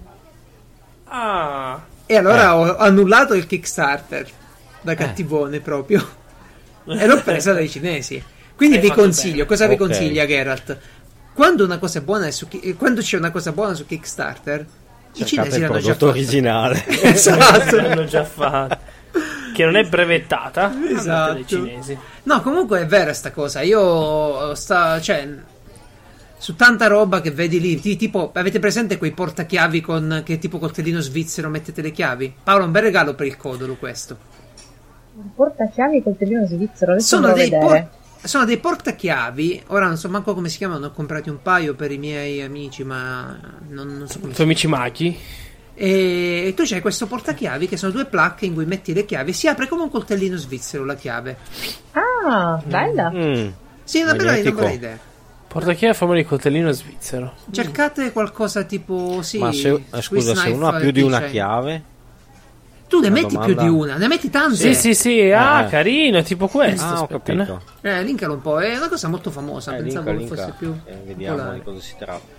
Ah. E allora Eh. ho annullato il Kickstarter da cattivone proprio e l'ho presa dai cinesi. Quindi Hai vi fatto consiglio, bene. cosa vi Ok. consiglia Geralt? Quando una cosa è buona è su Ki- eh, quando c'è una cosa buona su Kickstarter, i Cercate cinesi il l'hanno già prodotto fatta. originale. Esatto. L'hanno già fatto. Che non è brevettata. Esatto. andate dai cinesi. No, comunque è vera sta cosa. Io sta, cioè su tanta roba che vedi lì, ti- tipo avete presente quei portachiavi con che tipo coltellino svizzero mettete le chiavi? Paolo, un bel regalo per il codolo questo. Un portachiavi coltellino svizzero, adesso Sono andrò a dei, vedere. por- sono dei portachiavi. Ora non so manco come si chiamano. Ne ho comprati un paio per i miei amici, ma non, non so come I si tuoi amici maghi. E tu c'hai questo portachiavi che sono due placche in cui metti le chiavi. Si apre come un coltellino svizzero la chiave. Ah, bella. Mm. Sì, è una bella, una Magnetico. bella idea. Portachiavi a forma di coltellino svizzero. Cercate qualcosa tipo. Sì, Ma se, eh, Swiss scusa, se Knife uno ha più di una Keychain. chiave, Tu ne Una metti domanda. più di una, ne metti tante. Sì, sì, sì. Ah, Eh. carino, tipo questo. ah, ho aspetta, capito. Eh, linkalo un po'. È una cosa molto famosa. Eh, Pensavo linka, che fosse linka. più. Eh, vediamo popolare. di cosa si tratta.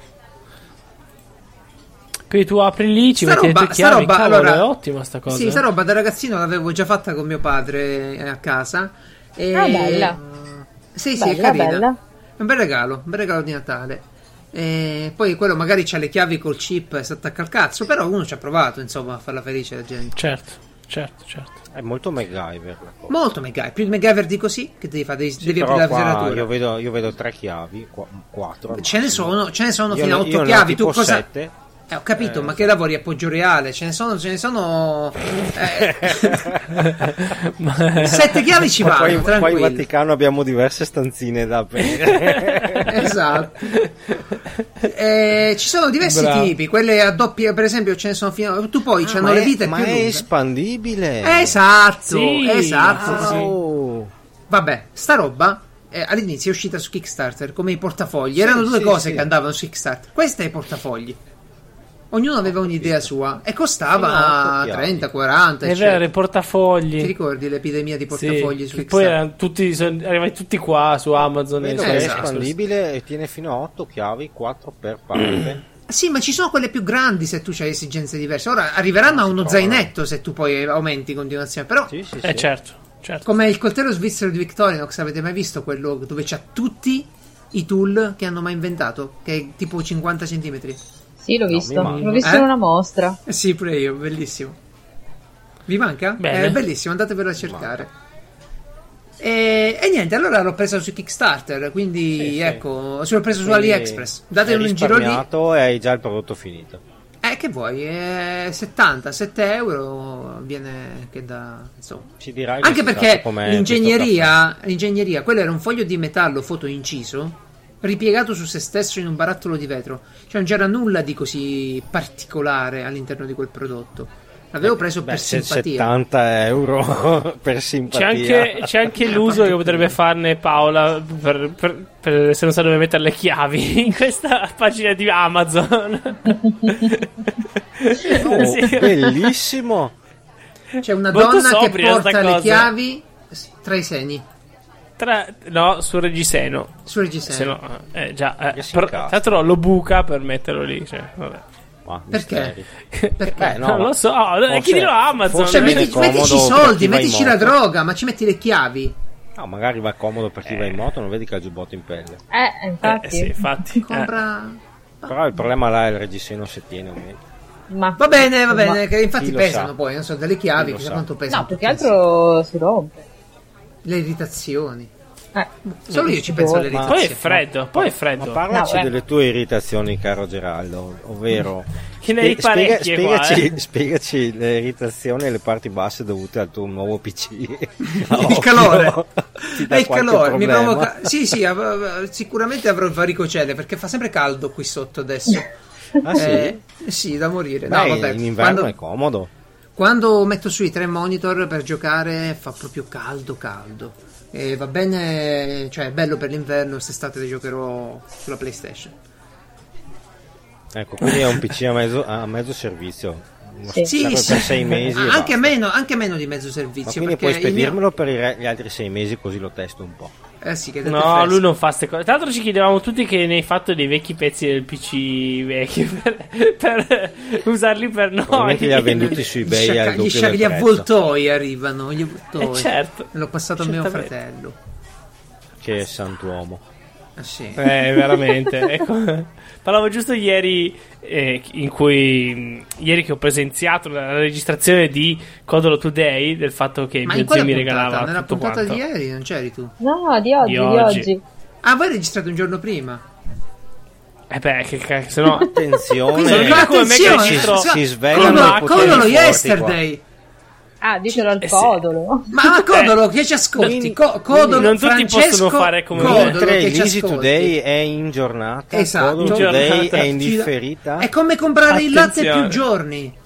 Quindi tu apri lì, ci Sta metti roba- le tue sta chiavi. roba, Cavolo, allora- è ottima sta cosa. Sì, sta roba da ragazzino l'avevo già fatta con mio padre eh, a casa. E... Ah, bella. Sì, sì, è Bella, carina. bella. È un bel regalo, un bel regalo di Natale. E poi quello magari c'ha le chiavi col chip e si attacca al cazzo, però uno ci ha provato, insomma, a farla felice la gente. Certo, certo, certo. È molto MacGyver la cosa. Molto MacGyver, più MacGyver di così che devi fare, devi, Sì, devi però aprire la qua serratura. io vedo, io vedo tre chiavi, qu- quattro. al Ce ne massimo. sono, ce ne sono Io fino a ne- otto io ne ho chiavi. Tu tipo cosa? sette. Eh, ho capito, Eh, ma che lavori a Poggio Reale? Ce ne sono, ce ne sono. eh, Sette chiavi ci Ma vanno, poi, poi in tranquilli. Vaticano abbiamo diverse stanzine da aprire. Esatto. Eh, ci sono diversi Bravo. tipi, quelle a doppia, per esempio, ce ne sono fino. Tu poi Ah, c'hanno ma le è- vite ma più è lunghe. espandibile. Esatto, Sì, esatto. sì. Oh. Vabbè, sta roba eh, all'inizio è uscita su Kickstarter come i portafogli. Erano due sì, cose sì. che andavano su Kickstarter. Questa è i portafogli. Ognuno aveva un'idea sua e costava Fino a otto trenta, quaranta. È eccetera. vero, i portafogli. Ti ricordi l'epidemia di portafogli Sì, su che poi Kickstarter? erano tutti, sono arrivati tutti qua su Amazon. e Vedo su che è esatto. espandibile e tiene fino a otto chiavi, quattro per parte. Sì, ma ci sono quelle più grandi se tu hai esigenze diverse. Ora arriveranno a uno trova. zainetto se tu poi aumenti in continuazione. Però, Sì, sì, Eh sì. certo, certo. come il coltello svizzero di Victorinox, avete mai visto quello dove c'ha tutti i tool che hanno mai inventato? Che è tipo cinquanta centimetri. Sì, l'ho No, visto. mi manca. L'ho visto Eh? in una mostra. Eh sì, pure io, bellissimo. Vi manca? Bene. È bellissimo, andatevelo a cercare. E, e niente, allora l'ho preso su Kickstarter, quindi Sì, sì. ecco, l'ho preso su Quindi AliExpress. Date hai un giro lì. risparmiato e hai già il prodotto finito. Eh, che vuoi? Eh, settanta, sette euro viene che da... insomma. Ci dirai che Anche sei perché stato come l'ingegneria, l'ingegneria, quello era un foglio di metallo foto inciso, ripiegato su se stesso in un barattolo di vetro. Cioè non c'era nulla di così particolare all'interno di quel prodotto. L'avevo preso Beh, per se simpatia. settanta euro per C'è simpatia. anche, c'è anche l'uso che potrebbe farne Paola per, per- per- se non sa dove mettere le chiavi in questa pagina di Amazon. Oh, Sì. bellissimo. C'è una Molto donna che sobria sta porta le cosa. chiavi s- tra i seni, Tra- no, sul reggiseno. sul reggiseno. Se no, eh, già, eh, Che si però, incastra. tra l'altro lo buca per metterlo lì. Cioè, vabbè. Ma, Perché? misteri. Perché? Beh, no, non lo so, eh, forse- chiedilo a Amazon. forse Cioè, viene metti- comodo mettici i per chi soldi, va in mettici la moto. droga, ma ci metti le chiavi. No, magari va comodo per chi va in moto, non vedi che ha il giubbotto in pelle. Eh, infatti. Eh, sì, infatti. eh. Compra... Però il problema là è il reggiseno se tiene o meno. Ma... Va bene, va ma- bene, che infatti Chi lo pesano sa? poi, non so, delle chiavi, Chi lo chissà sa? quanto pesano. No, più che altro si rompe. Le irritazioni. Eh, Solo io ci penso alle Ma- Poi è irritazioni. freddo, poi è Ma freddo. parlaci No, eh. delle tue irritazioni, caro Geraldo, ovvero Che ne hai spie- spiega- parecchie qua, spiegaci, eh. spiegaci le irritazioni e le parti basse dovute al tuo nuovo P C. Il calore Ti dà è il qualche calore mi problema? provoca sì sì av- av- sicuramente avrò il varicocele perché fa sempre caldo qui sotto adesso. Ah, sì? Eh, sì, da morire. No, Beh, vabbè, in inverno quando, è comodo. quando metto sui tre monitor per giocare fa proprio caldo caldo e va bene, cioè è bello per l'inverno, quest'estate giocherò sulla PlayStation. Ecco, quindi è un P C a mezzo, a mezzo servizio. Sì. Sì, Serve sì. per sei mesi. e anche basta. meno, anche meno di mezzo Ma servizio quindi perché puoi il mio- spedirmelo per i re- gli altri sei mesi così lo testo un po'. eh sì, che date No, fresco. lui non fa ste cose. Tra l'altro ci chiedevamo tutti che ne hai fatto dei vecchi pezzi del P C vecchi per, per usarli per noi. Probabilmente li ha venduti su Gli eBay sciacca- al gli, doppio sciacca- del gli prezzo. avvoltoi arrivano, gli avvoltoi. Eh, certo. L'ho passato a mio Certamente. fratello. Che santuomo. Ah, sì. Eh, veramente. Ecco. Parlavo giusto ieri, eh, in cui mh, ieri che ho presenziato la, la registrazione di Codolo Today, del fatto che Ma mio in quale zio mi puntata? regalava Nella tutto puntata quanto. di ieri non c'eri tu? no, di oggi, Di di oggi. oggi. Ah, voi hai registrato un giorno prima. Eh beh, che cazzo, se no... Attenzione, Quindi Sono ma come me che attenzione, registro- si, si sveglia Codolo, ma Codolo yesterday. Ah, ditelo al Eh, sì. Codolo. Ma, ma Codolo che ci ascolti? Quindi- Co- Codolo, non tutti Francesco, possono fare come me. Codolo mentre che ci l'Easy ascolti. Today è in giornata, Esatto. Codolo In Today giornata. è in differita. È come comprare il latte Attenzione. più giorni.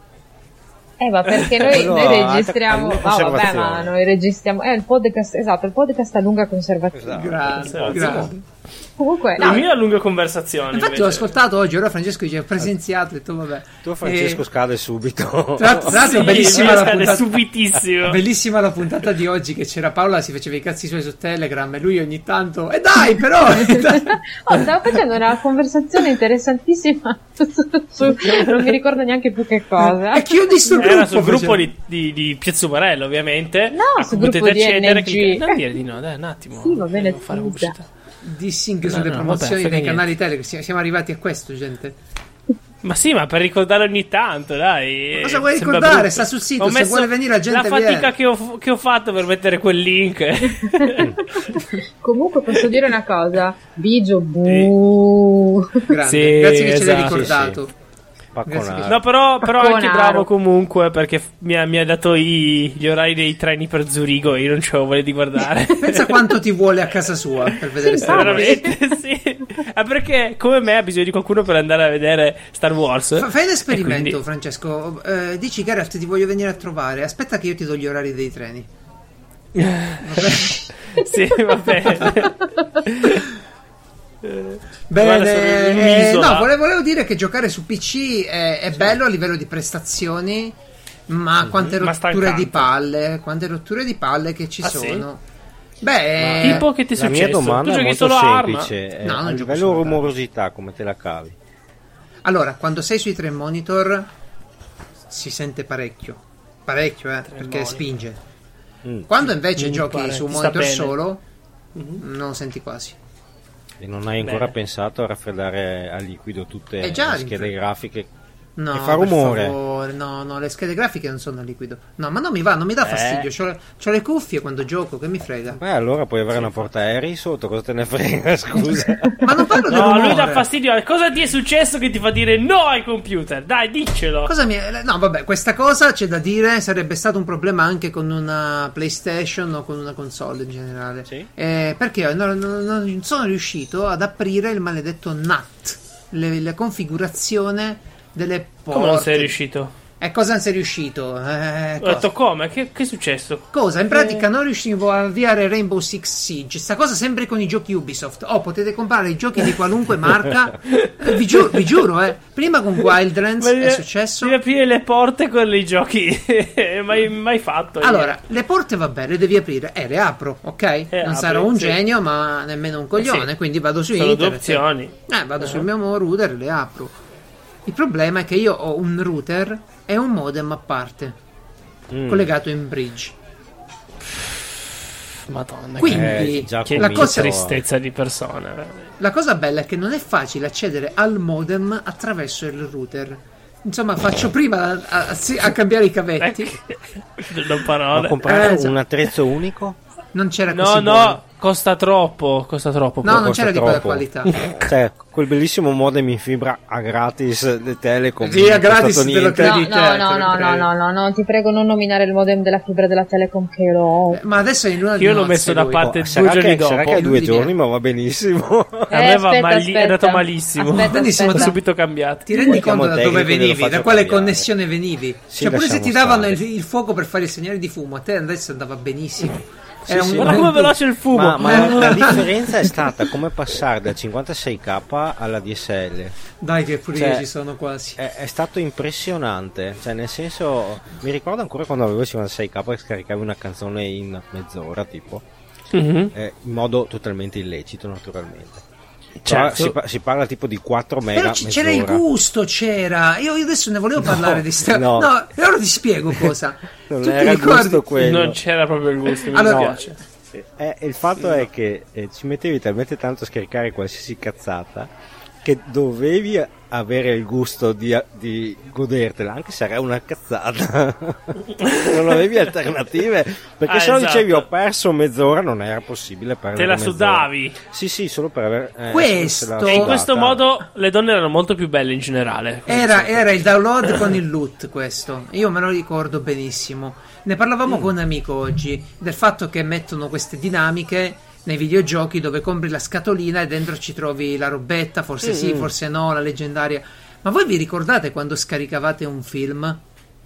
Eh, ma perché noi, Quello noi a- registriamo. a lunga No, vabbè, ma conservazione. noi registriamo. È il podcast, esatto, il podcast a lunga conservazione. Esatto. Grande, Sì, grande. Comunque, Il mio è a lunga conversazione. Infatti invece. ho ascoltato oggi, ora Francesco dice ho presenziato, ho detto vabbè. Tu Francesco E- scade subito. Tra l'altro, tra l'altro Sì, bellissima mi la scade puntata. subitissimo. Bellissima la puntata di oggi che c'era Paola, si faceva i cazzi suoi su Telegram e lui ogni tanto e dai però oh, stavo facendo una conversazione interessantissima su, su- non mi ricordo neanche più che cosa. e chiudi sto gruppo. Era sul gruppo faceva. di, di, di Piazza Umarello, ovviamente. No, a sul cui gruppo potete di accedere. N G. cliccare- Non dire di no, dai, un attimo. Sì, va bene, Devo fare scusa. pubblicità. Dissing No, sulle no, promozioni vabbè, dei frega canali Telegram. Siamo siamo arrivati a questo, gente. Ma sì, ma per ricordare ogni tanto, dai. Cosa vuoi Sembra ricordare? brutto. Sta sul sito, Ho se messo vuole venire la gente La fatica viene. che ho, che ho fatto per mettere quel link. Comunque posso dire una cosa, Bigio buh. Grande. Sì, Grazie che ce l'hai esatto. ricordato. Pacconare. No, però, però Pacconaro. anche bravo comunque perché f- mi ha, mi ha dato i- gli orari dei treni per Zurigo e io non c'avevo voglia di guardare. Pensa quanto ti vuole a casa sua per vedere Sì, Star Wars. Veramente, sì. Ah, perché come me ha bisogno di qualcuno per andare a vedere Star Wars. Fa- Fai E l'esperimento, quindi- Francesco. Eh, dici Geralt, ti voglio venire a trovare. Aspetta che io ti do gli orari dei treni. Sì, va bene. Guarda, sono in Bene, eh, un'isola. no, volevo, volevo dire che giocare su P C è, è bello a livello di prestazioni, ma quante Ma rotture stancante. di palle, quante rotture di palle che ci Ah, sì? sono. Beh, Tipo che ti è La mia successo? domanda Tu è giochi molto solo a arma? semplice. eh, No, non a gioco livello solo a arma. rumorosità, come te la cavi? allora, quando sei sui tre monitor si sente parecchio, parecchio, eh, perché monitor. spinge. Mm. Quando invece Mi giochi pare, su un ti sta monitor bene. solo, non lo senti quasi. E non hai ancora Bene. pensato a raffreddare a liquido tutte È già le schede rinfre- grafiche No, e fa per rumore? favore, no, no, le schede grafiche non sono a liquido. No, ma non mi va, non mi dà Eh. fastidio. C'ho, le- c'ho le cuffie quando gioco, che mi frega. Beh, allora puoi avere una portaerei sotto, cosa te ne frega, scusa. Ma non parlo di No, a rumore. lui dà fastidio. Cosa ti è successo che ti fa dire no ai computer? Dai, diccelo. Cosa mi è- No, vabbè, questa cosa c'è da dire, sarebbe stato un problema anche con una PlayStation o con una console in generale. Sì. Eh, perché io non, non- non sono riuscito ad aprire il maledetto N A T, le- la configurazione delle porte. Come non sei riuscito? E cosa non sei riuscito? Eh, Ho cosa? detto come? Che, che è successo? Cosa? In pratica non riuscivo a avviare Rainbow Six Siege. Sta cosa sempre con i giochi Ubisoft. Oh, potete comprare i giochi di qualunque marca. Eh, vi, giuro, vi giuro, eh. Prima con Wildlands Ma è devi- successo. Devi aprire le porte con i giochi. mai, mai fatto. io. Allora, le porte vabbè, le devi aprire. Eh, le apro, ok? non apri, sarò un sì. genio, ma nemmeno un coglione. Sì. Quindi vado su Sono due internet. opzioni. Eh, vado Uh-huh. sul mio router e le apro. Il problema è che io ho un router e un modem a parte, Mm. collegato in bridge. Madonna. Quindi Eh, già che, la che cosa- tristezza di persona. veramente. La cosa bella è che non è facile accedere al modem attraverso il router. Insomma, faccio prima a, a- sì, a cambiare i cavetti. Non Ma parole. comprare Eh, già. un attrezzo unico? Non c'era No, così no, buono. costa troppo. Costa troppo. No, non costa c'era di quella troppo. qualità. Cioè, quel bellissimo modem in fibra a gratis di Telecom. Sì, a non è gratis costato te lo niente. credo. No, Credite, no, te no, lo no, no, prego. no, no, no, ti prego non nominare il modem della fibra della Telecom che io lo ho. Eh, Ma adesso è in luna di Io l'ho nozze messo da lui. parte Oh, due sarà, giorni che, sarà dopo. che hai due Di giorni, dire. ma va benissimo. A me va aspetta, mali- è aspetta. andato malissimo. Aspetta, Benissimo, aspetta. Subito cambiato. Ti rendi Chiamo conto da il dove tecnico e glielo venivi? Da faccio quale cambiare. connessione venivi? Sì, Cioè, pure se lasciamo ti davano stare. il, il fuoco per fare il segnale di fumo, a te adesso andava benissimo. Sì, Era sì, un- Guarda come veloce il fumo. Ma, ma la differenza è stata come passare dal cinquantasei K alla D S L. Dai, che pure Cioè, io ci sono quasi. È, è stato impressionante. Cioè, nel senso, mi ricordo ancora quando avevo il cinquantasei K e scaricavi una canzone in mezz'ora, tipo, Mhm. eh, in modo totalmente illecito, naturalmente. Però Certo. si, pa- si parla tipo di quattro mega Però c- c'era il mezz'ora. gusto, c'era. Io, io adesso ne volevo parlare di sta. no. No, e ora ti spiego cosa. Non Tu ti era il ricordi- gusto quello. Non c'era proprio il gusto. Mi Allora- piace. Eh, il fatto è che eh, ci mettevi talmente tanto a scaricare qualsiasi cazzata che dovevi avere il gusto di, di godertela, anche se era una cazzata. Non avevi alternative, perché Ah, se no esatto. dicevi ho perso mezz'ora, non era possibile perdere Te la mezz'ora. sudavi. Sì, sì, solo per aver eh, Questo- se la E E in sudata. questo modo le donne erano molto più belle in generale. Era, era il download con il loot, questo. Io me lo ricordo benissimo. Ne parlavamo Mm. con un amico oggi del fatto che mettono queste dinamiche nei videogiochi dove compri la scatolina e dentro ci trovi la robetta, forse sì, Mm. forse no, la leggendaria. Ma voi vi ricordate quando scaricavate un film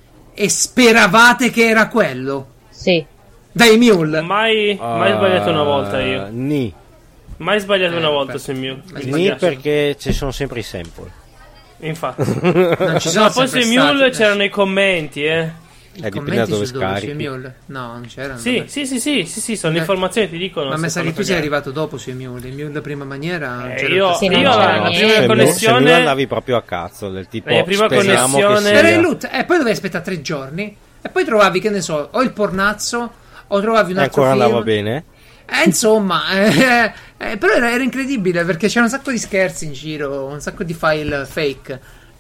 e speravate che era quello? Sì. Dai Mule. Mai, mai Ah, sbagliato una volta io. Ni. Mai sbagliato Eh, una volta beh. sul mio. Ma Mi Ni dispiace. perché ci sono sempre i sample. Infatti. Non ci sono No, poi sempre sui Mule stati. c'erano i commenti, eh. Eh, dipende Commenti da dove su dove, scarichi. sui Mule? No, non c'erano. Sì, vabbè. sì, sì, sì, sì, sì, sono Eh, informazioni che ti dicono. Ma me se sa che fanno tu sei cagare. arrivato dopo sui Mule. Il Mule prima maniera. non Eh, c'era io, questa Sì, non io c'era la niente. prima Se mi- se mi connessione. andavi proprio a cazzo, del tipo La mia prima speriamo che connessione- sia- Era il loot, e poi dovevi aspettare tre giorni. E poi trovavi, che ne so, o il pornazzo, o trovavi un E altro ancora film. andava bene. Eh, insomma, eh, eh, però era, era incredibile perché c'era un sacco di scherzi in giro, un sacco di file fake.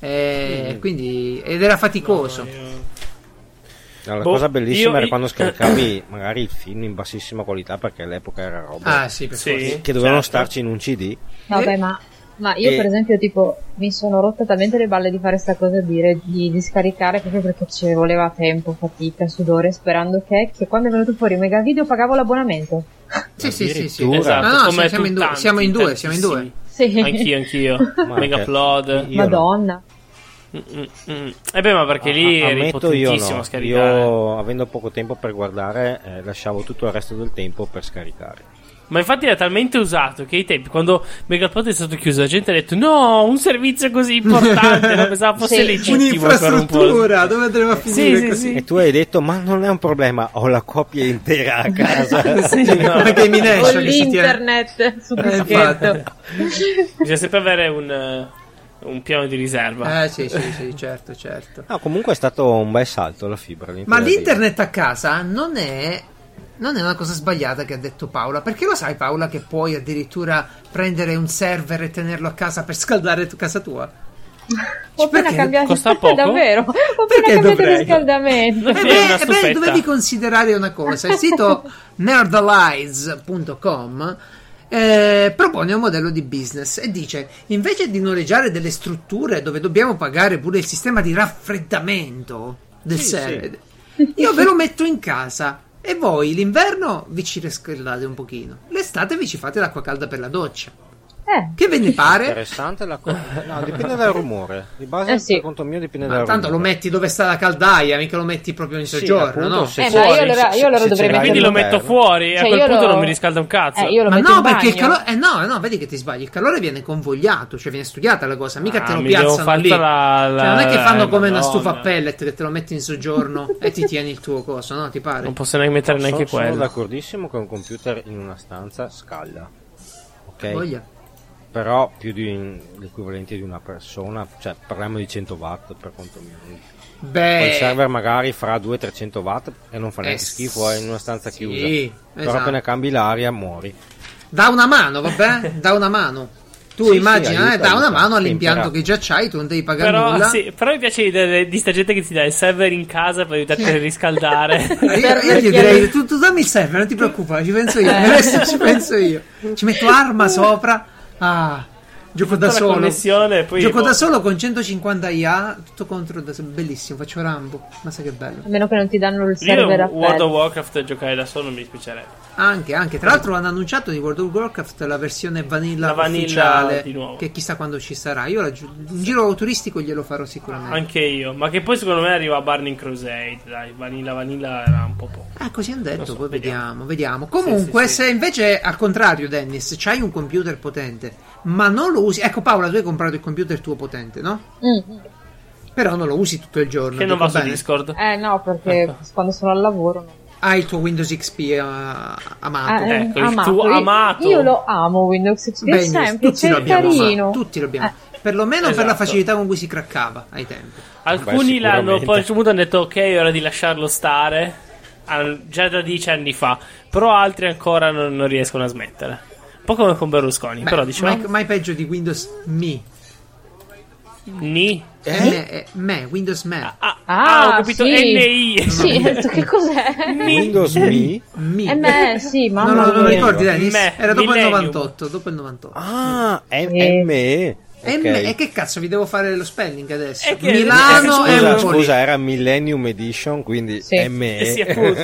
eh, Mm. quindi, ed era faticoso. No, io- No, la Boh, cosa bellissima io- era quando scaricavi magari il film in bassissima qualità, perché all'epoca era roba Ah, sì, per Sì. forza. che dovevano certo. starci in un C D. Vabbè, ma, ma io E- per esempio tipo mi sono rotta talmente le balle di fare sta cosa di, re- di, di scaricare proprio perché ci voleva tempo, fatica, sudore, sperando che, che quando è venuto fuori Mega Video pagavo l'abbonamento. Sì, sì, sì, sì. Addirittura. Esatto, Ah, no, come siamo, in due, tanti, siamo in due, siamo in due. tantissimi. Sì. Anch'io, anch'io. Ma Megaupload. che- io no. Madonna. Mm, mm, mm. E beh, ma perché lì A- eri ammetto io potentissimo no. a scaricare. Io, avendo poco tempo per guardare, eh, lasciavo tutto il resto del tempo per scaricare. Ma infatti era talmente usato che ai tempi, quando Megaupload è stato chiuso, la gente ha detto no, un servizio così importante, non pensavo fosse Sì. legittimo per un po'. Un'infrastruttura, dove andremo a finire Sì, sì, così? sì. E tu hai detto, ma non è un problema, ho la copia intera a casa. Sì, no. Anche i Ho Mination che si tiene. l'internet su Eh, dischetto. infatti. Bisogna sempre avere un, eh, un piano di riserva. Eh, sì, sì, sì, certo, certo. No, comunque è stato un bel salto la fibra. niente Ma da dire. l'internet a casa non è non è una cosa sbagliata che ha detto Paola, perché lo sai Paola che puoi addirittura prendere un server e tenerlo a casa per scaldare tu, casa tua? Ho appena perché? cambiato Costa poco? davvero. Ho appena Perché cambiato dovrei? riscaldamento. E È una beh, eh stufetta. beh, dovevi considerare una cosa. Il sito nerdalize punto com eh, propone un modello di business e dice: invece di noleggiare delle strutture dove dobbiamo pagare pure il sistema di raffreddamento del Sì, server, io ve lo metto in casa e voi l'inverno vi ci riscaldate un pochino, l'estate vi ci fate l'acqua calda per la doccia. Eh. Che ve ne pare? Interessante la cosa. No, dipende dal rumore. Di base, Eh sì. per conto mio, dipende Ma dal tanto lo rumore. metti dove sta la caldaia, mica lo metti proprio in Sì, soggiorno, appunto, no? se Eh, fuori, ma io allora- se- io allora se dovrei ce l'hai Quindi lo all'interno. metto fuori e Cioè, a quel io punto lo- non mi riscalda un cazzo. Eh, io lo Ma metto no, in perché il bagno. calore. Eh no, no, vedi che ti sbagli. Il calore viene convogliato, cioè viene studiata la cosa, mica Ah, te lo mi devo piazzano far lì. la- la- Cioè, non è che fanno come una Madonna. stufa a pellet che te lo metti in soggiorno e ti tieni il tuo coso, no? Ti pare? Non posso neanche mettere Sono, neanche sono quello. d'accordissimo che un computer in una stanza scalda. Ok? Voglia. Però più di un- l'equivalente di una persona, cioè parliamo di cento watt per conto mio. Poi il Beh, server magari farà duecento trecento watt e non fa neanche Eh, schifo, è in una stanza sì, chiusa. Però esatto. appena cambi l'aria muori. da una mano, vabbè? Da una mano. Tu Sì, immagina, sì, aiuta, eh, da una aiuta. mano Sì, all'impianto impara. che già c'hai, tu non devi pagare Però, nulla. sì, però mi piace l'idea de- di sta gente che ti dà il server in casa per aiutarti a riscaldare. Eh, Io, io gli direi, tu, tu dammi il server, non ti preoccupare, ci penso io. Eh. Adesso ci penso io. Ci metto arma sopra. Ah, gioco da Tutta la solo. connessione e poi Gioco boh. da solo con centocinquanta I A, tutto contro da solo. Bellissimo, faccio Rambo. Ma sai che bello. A meno che non ti danno il Io server a World of pezzi. Warcraft giocare da solo non mi dispiacerebbe. Anche, anche. Tra l'altro hanno annunciato di World of Warcraft la versione vanilla, La vanilla ufficiale, di nuovo. che chissà quando ci sarà. Io la gi- un giro turistico glielo farò sicuramente. Anche io. Ma che poi secondo me arriva a Burning Crusade. Dai, Vanilla Vanilla era un po' poco. Ah, così hanno detto, Lo so, poi vediamo, vediamo. vediamo. Comunque, Sì, sì, sì. se invece al contrario, Dennis, c'hai un computer potente, ma non lo usi. Ecco, Paola, tu hai comprato il computer tuo potente, no? Mm. Però non lo usi tutto il giorno. Che non dico va su bene. Discord. Eh no, perché quando sono al lavoro non... Hai il tuo Windows X P eh, amato. Ah, eh, Ecco, il amato. tuo Io- amato. Io lo amo Windows X P, è Beh, semplice, tutti lo è abbiamo carino. amato, tutti lo abbiamo. Eh. Perlomeno per la Esatto. facilità con cui si craccava ai tempi. Alcuni Beh, l'hanno sicuramente. poi a un certo punto hanno detto ok, è ora di lasciarlo stare. Ah, già da dieci anni fa. Però altri ancora non, non riescono a smettere. Un po' come con Berlusconi. Beh, però diciamo mai, mai peggio di Windows Me. Ni. Eh? Me, eh, me, Windows Me. Ah, Ah, ah, ho capito sì. N I. Sì, ho detto, che cos'è? Windows Me? Me. Eh me, sì, No, mamma no, non lo mia. ricordi, Dennis? Me, Era dopo Millennium. il novantotto. Dopo il novantotto. Ah, è Sì. M. E, Ok. me- e che cazzo vi devo fare lo spelling adesso? È che- Milano eh, e Scusa, Empoli. scusa, era Millennium Edition, quindi Sì. M. Eh sì, appunto.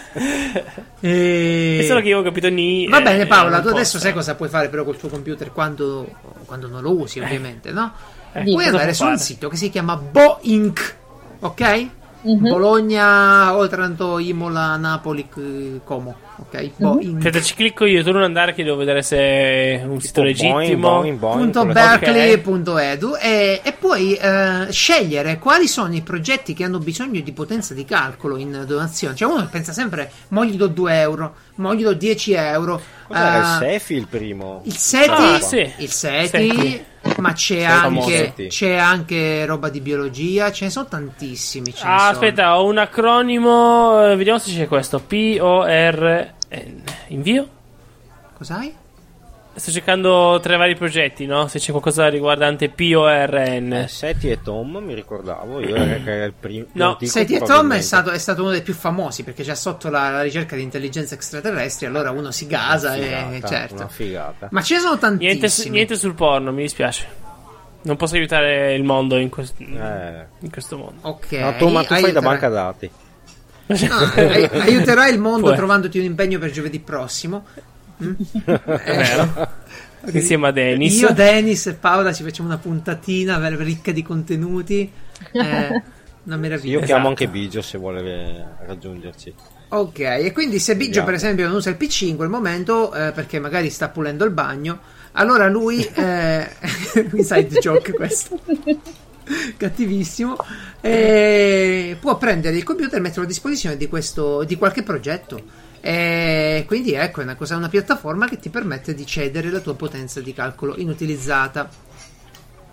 E... È solo che io ho capito Ni. Va eh, bene era Paola, un tu po' adesso sai strano. cosa puoi fare però col tuo computer quando, quando non lo usi ovviamente, no? Eh, Puoi cosa andare può su un fare? sito che si chiama Boink, ok? Mhm. Bologna, Otranto, Imola, Napoli, c- Como, ok? Boink. Aspetta, ci clicco io, tu non andare che devo vedere se è un sito legittimo. Boing, boing, boing, punto con le- berkeley punto edu e, e puoi eh, scegliere quali sono i progetti che hanno bisogno di potenza di calcolo in donazione. Cioè uno pensa sempre, mo gli do due euro, mo gli do dieci euro. Cos'era il eh, Sefi il primo? il SETI, Ah, sì. il SETI, SETI. ma c'è famoso. anche, c'è anche roba di biologia, ce ne sono tantissimi. Ce ne Ah, sono. aspetta, ho un acronimo. eh, Vediamo se c'è questo. P O R N. Invio? Cos'hai? Sto cercando tre vari progetti, no? Se c'è qualcosa riguardante P O R N. Eh, Seti e Tom, mi ricordavo io era- che era il primo. No, l'articolo SETI e Tom è probabilmente. stato, è stato uno dei più famosi perché c'è sotto la, la ricerca di intelligenza extraterrestri, allora uno si gasa Una e figata, certo. una figata. Ma ce ne sono tantissimi. Niente, su- niente sul porno, mi dispiace. Non posso aiutare il mondo in, quest- Eh. in questo mondo. Ok. No, tu, ma tu fai da aiuterai- banca dati. No, ai- aiuterai il mondo Puoi. trovandoti un impegno per giovedì prossimo. Mm? È vero. Insieme a Dennis. Io, Dennis e Paola ci facciamo una puntatina ver- ricca di contenuti. Eh, una meraviglia. Io Esatto. chiamo anche Bigio se vuole eh, raggiungerci. Ok, e quindi se Biggio Vediamo. per esempio non usa il P C in quel momento eh, perché magari sta pulendo il bagno, allora lui eh, inside joke questo cattivissimo, eh, può prendere il computer e metterlo a disposizione di questo di qualche progetto. E quindi ecco, è una cosa, una piattaforma che ti permette di cedere la tua potenza di calcolo inutilizzata.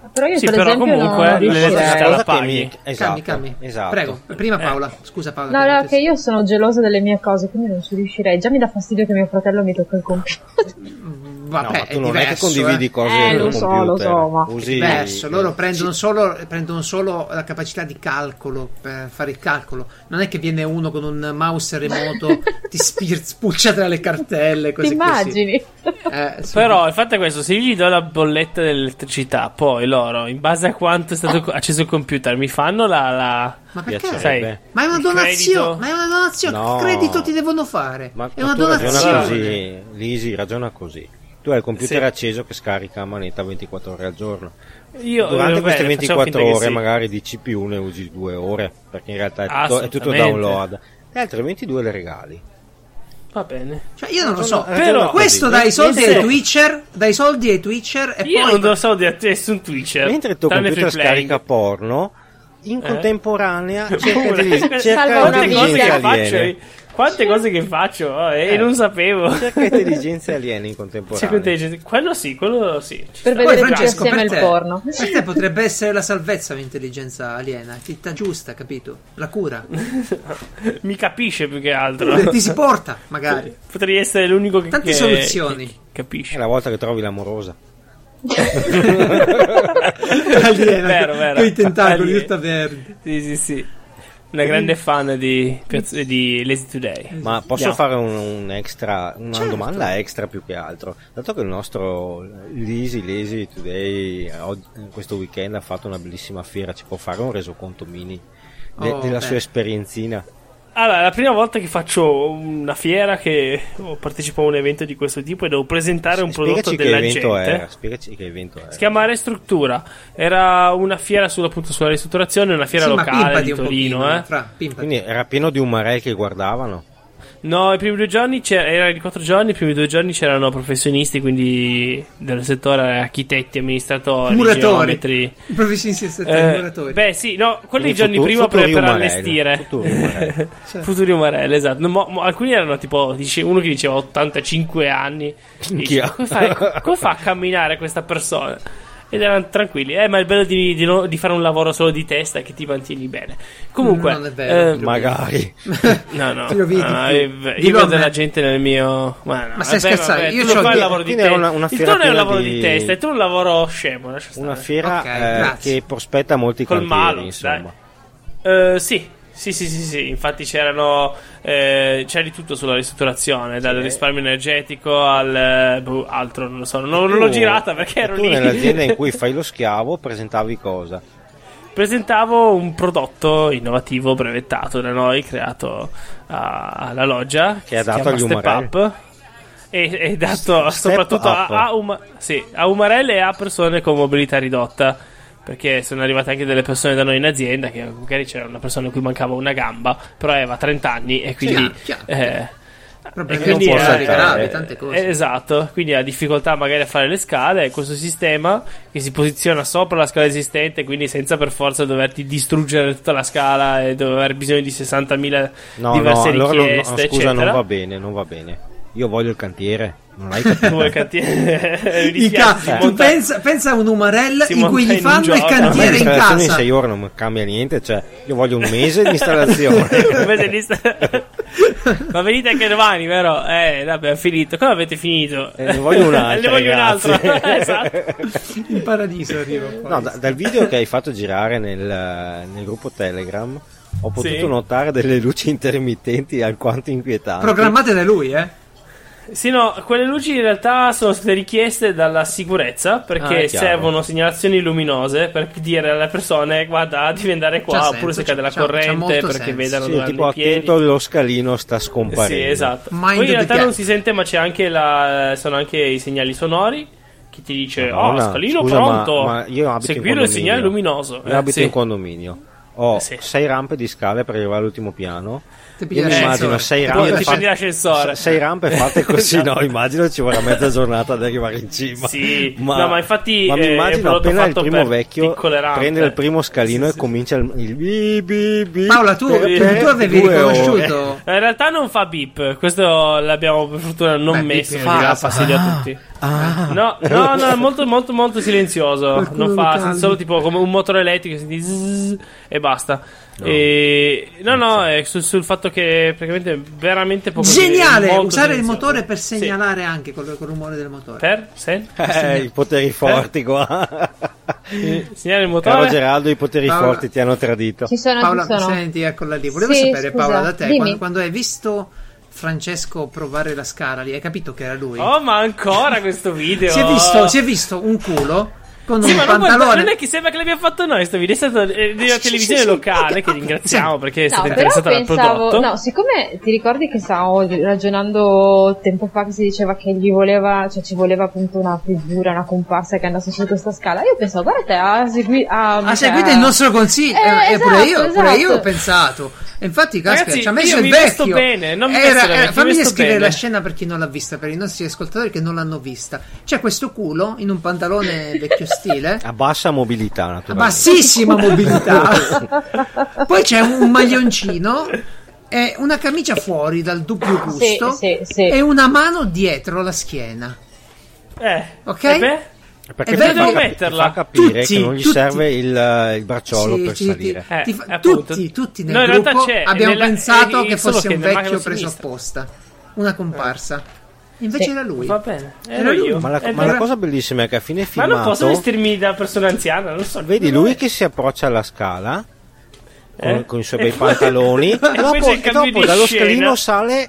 Però io Sì, per però esempio comunque non l'elettricità riuscirei. la paghi. mi... esatto, Cambi, cambi. esatto. Prego, prima Paola. Scusa Paola. No, no, che io sono gelosa delle mie cose, quindi non ci riuscirei. Già mi dà fastidio che mio fratello mi tocca il computer. Vabbè, No, ma tu è non diverso, è che condividi eh. cose Eh, nel lo so, computer. lo so, ma- Usi... Diverso, loro prendono solo, prendono solo la capacità di calcolo per fare il calcolo. Non è che viene uno con un mouse remoto, ti spir- spulcia tra le cartelle, così Ti così. immagini? Eh, sì. Però il fatto è questo: se io gli do la bolletta dell'elettricità, poi loro, in base a quanto è stato acceso il computer, mi fanno la. la... Ma perché? Piacerebbe. Sai, Ma è una il donazione, credito. ma è una donazione, No. che credito ti devono fare? Ma, è ma una tu ragiona donazione. così, Lisi, ragiona così. Tu hai il computer Sì. acceso che scarica a manetta ventiquattro ore al giorno. Io, Durante eh, queste bene, facciamo ventiquattro finta che ore sì. magari di C P U ne usi due ore, perché in realtà è tutto, è tutto Assolutamente. download. Le altre ventidue le regali. Va bene. Cioè, io non lo so, Ragiona- però- ragiona questo così. dai soldi Mentre- ai Twitcher, dai soldi ai Twitcher e Io poi non do soldi a nessun Twitcher. Mentre il tuo tranne computer free playing. scarica porno, in Eh? contemporanea cerca, Pure. di, Salva cerca una Quante vita. cose che intelligenze faccio, aliene. quante cose che faccio oh, e Eh. non sapevo. Cerca intelligenze aliene in C'è contemporanea. quindici- quello sì, quello sì. Ci Per sta. Poi, vedere tutti Francesco, assieme per il te, porno. per te potrebbe essere la salvezza l'intelligenza aliena, ti sta giusta, capito? La cura. Mi capisce più che altro. Ti si porta, magari. Potrei essere l'unico che, Tante che- soluzioni. che È capisce. la volta che trovi l'amorosa. Aliena, Vero, vero. con i tentacoli Aliena. tutta verde. Sì, sì, sì. Una grande fan di, Piazza- di Lazy Today. Ma posso Andiamo. fare un, un extra, una Certo. domanda extra più che altro? Dato che il nostro Lisi Lazy Today eh, oggi- questo weekend ha fatto una bellissima fiera, ci può fare un resoconto mini de- Oh, della beh. sua esperienzina? Allora, è la prima volta che faccio una fiera, che oh, partecipo a un evento di questo tipo e devo presentare un prodotto Spiegaci che della evento gente. era, spiegaci che evento era. Si chiama Restruttura. Era una fiera sulla, appunto, sulla ristrutturazione, una fiera Sì, ma locale pimpati di un Torino. pochino, eh. Fra, pimpati. Quindi era pieno di umarelli che guardavano. No, i primi due giorni c'era, era di quattro giorni, i primi due giorni c'erano professionisti, quindi del settore architetti, amministratori, Muratori. geometri. I professionisti del settore, Eh, muratori. beh, sì, no, quelli i Quindi giorni futu- prima per, futuri per umarelli, allestire. futuri umarelli. Futuri umarelli, esatto. No, mo- mo- alcuni erano tipo, dice, uno che diceva ottantacinque anni. Minchia. Dice, come, fai- come fa a camminare questa persona? Ed erano tranquilli. Eh, ma il bello di, di, no- di fare un lavoro solo di testa è che ti mantieni bene. Comunque, Non è vero. eh, Magari. no, no, Ti lo vedi no, più. io, Dillo io a vedo me. della gente nel mio. Ma, no, Ma stai vabbè, scherzando? vabbè, Io tu non c'ho fai di- il lavoro di quindi era te. una- una il tuo fiera non è un piena lavoro di- di testa, è tu un lavoro scemo. lascia stare. Una fiera Ok, eh, grazie. che prospetta molti Col cantieri, malo, insomma. dai. Eh, sì. Sì, sì, sì, sì, infatti c'erano eh, c'era di tutto sulla ristrutturazione, dal risparmio energetico al eh, boh, altro, non lo so, non, non l'ho Tu- girata perché ero tu lì. nell'azienda in cui fai lo schiavo presentavi cosa? Presentavo un prodotto innovativo brevettato da noi, creato a- alla loggia, Che ha si dato chiama agli Step umarelli. Up, e è dato Step soprattutto a, Up. a, uma- sì, a umarelle e a persone con mobilità ridotta, perché sono arrivate anche delle persone da noi in azienda, che magari c'era una persona a cui mancava una gamba, però aveva trenta anni e quindi Chiaro, chiaro. eh, Problemi e quindi non può muscolari saltare. gravi, tante cose. eh, esatto, quindi ha difficoltà magari a fare le scale, e questo sistema che si posiziona sopra la scala esistente, quindi senza per forza doverti distruggere tutta la scala e dover avere bisogno di sessantamila No, diverse no, allora no, no, richieste, scusa, eccetera. non va bene, non va bene. Io voglio il cantiere, non hai capito? Tu vuoi cantiere- mi I dispiace, ca- si tu monta- pensa, pensa a un umarella si in cui monta gli in un fanno il giorno. A me cantiere in l'installazione in casa. sei ore non cambia niente, cioè io voglio un mese di installazione. Invece di sta- Ma venite anche domani, vero? Eh, vabbè, è finito. Come avete finito? Eh, ne voglio un'altra, Ne voglio un altro. ragazzi. Esatto. In paradiso arriva poi. No, da- dal video che hai fatto girare nel, nel gruppo Telegram ho potuto Sì. notare delle luci intermittenti alquanto inquietanti. Programmate da lui, eh? Sì, no, quelle luci in realtà sono state richieste dalla sicurezza, Ah, perché è chiaro. servono segnalazioni luminose per dire alle persone guarda devi andare qua, C'ha oppure senso, se cade la c'ha- c'ha corrente molto perché senso. vedano Sì, dove tipo hanno i piedi. attento, lo scalino sta scomparendo. Sì, esatto. Mind Poi in the realtà gap. non si sente, ma c'è anche la, sono anche i segnali sonori che ti dice Madonna, oh scalino scusa, pronto, ma- ma io abito in seguire il condominio. segnale luminoso. Io Eh, abito sì. in condominio. ho Sì. sei rampe di scale per arrivare all'ultimo piano. Ti Io piglia mi l'ascensore. immagino sei Ti rampe, prendi fatte, l'ascensore. sei rampe fatte così, no? Immagino ci vorrà mezza giornata ad arrivare in cima. Sì, ma, no, ma infatti ma mi eh, è un immagino prodotto appena il fatto primo per vecchio piccole rampe. prende il primo scalino Sì, e sì. comincia il, il bi bi bi Paola, tu, per- tu, per tu avevi due ore. riconosciuto. In realtà non fa beep, questo l'abbiamo per fortuna non Beh, messo, beep fa in dà realtà. fastidio a tutti. Ah, No, no, no, è molto molto molto silenzioso. Qualcuno Non lo fa calmi. solo tipo come un motore elettrico, senti zzz, e basta. No, e, no, no, è sul, sul fatto che praticamente veramente poco Geniale! molto Usare il silenzioso. motore per Sì. segnalare anche col, col rumore del motore. Per? Se? eh, i poteri forti qua. Eh, Segnare il Caro motore? Geraldo, i poteri Paola. forti ti hanno tradito. Ci sono, Paola, ci sono. senti, eccola lì. Volevo Sì, sapere, scusa, Paola, da te, dimmi. quando, quando hai visto Francesco provare la scala lì, hai capito che era lui? Oh, ma ancora questo video? Si è visto, si è visto un culo con Sì, un ma non, guarda, pantalone. non è che sembra che l'abbiamo fatto noi sto video, è stato eh, di una Sì, televisione sì, sì, locale ok, che ok, ringraziamo sì. perché è stata No, però interessata dal pensavo, prodotto. no, siccome ti ricordi che stavamo ragionando tempo fa che si diceva che gli voleva, cioè ci voleva appunto una figura, una comparsa che andasse su questa scala, io pensavo, guarda te, ha segui- ha- Ha seguito il nostro consiglio, Eh, e pure, io, esatto, pure io esatto. ho pensato. E infatti, caspita, Ragazzi, ci ha messo io il mi vesto vecchio. bene, non mi Era- vesto da eh, vecchio, fammi mi vesto descrivere bene. la scena per chi non l'ha vista, per i nostri ascoltatori che non l'hanno vista. C'è questo culo in un pantalone vecchio stile. A bassa mobilità, A naturalmente. bassissima mobilità. Poi c'è un maglioncino e una camicia fuori dal dubbio gusto sì, sì. e una mano dietro la schiena. Eh, Ok? e beh? Perché Eh, fa, beh, devo cap- metterla. fa capire Tutti, che non gli tutti. serve il, il bracciolo Sì, per ti- salire. Eh, ti fa- appunto. tutti, tutti nel No, in realtà gruppo c'è, abbiamo nella- pensato eh, che solo fosse che un nella vecchio macchina preso sinistra. apposta, una comparsa. Invece Sì. era lui. Va bene, Era ero lui. io. Ma la, Eh, ma la beh. cosa bellissima è che a fine Ma filmato non posso vestirmi da persona anziana, non so. vedi lui che si approccia alla scala con, Eh? con i suoi E bei poi- pantaloni e, poi dopo, c'è il e cambio dopo di dallo scena. scalino sale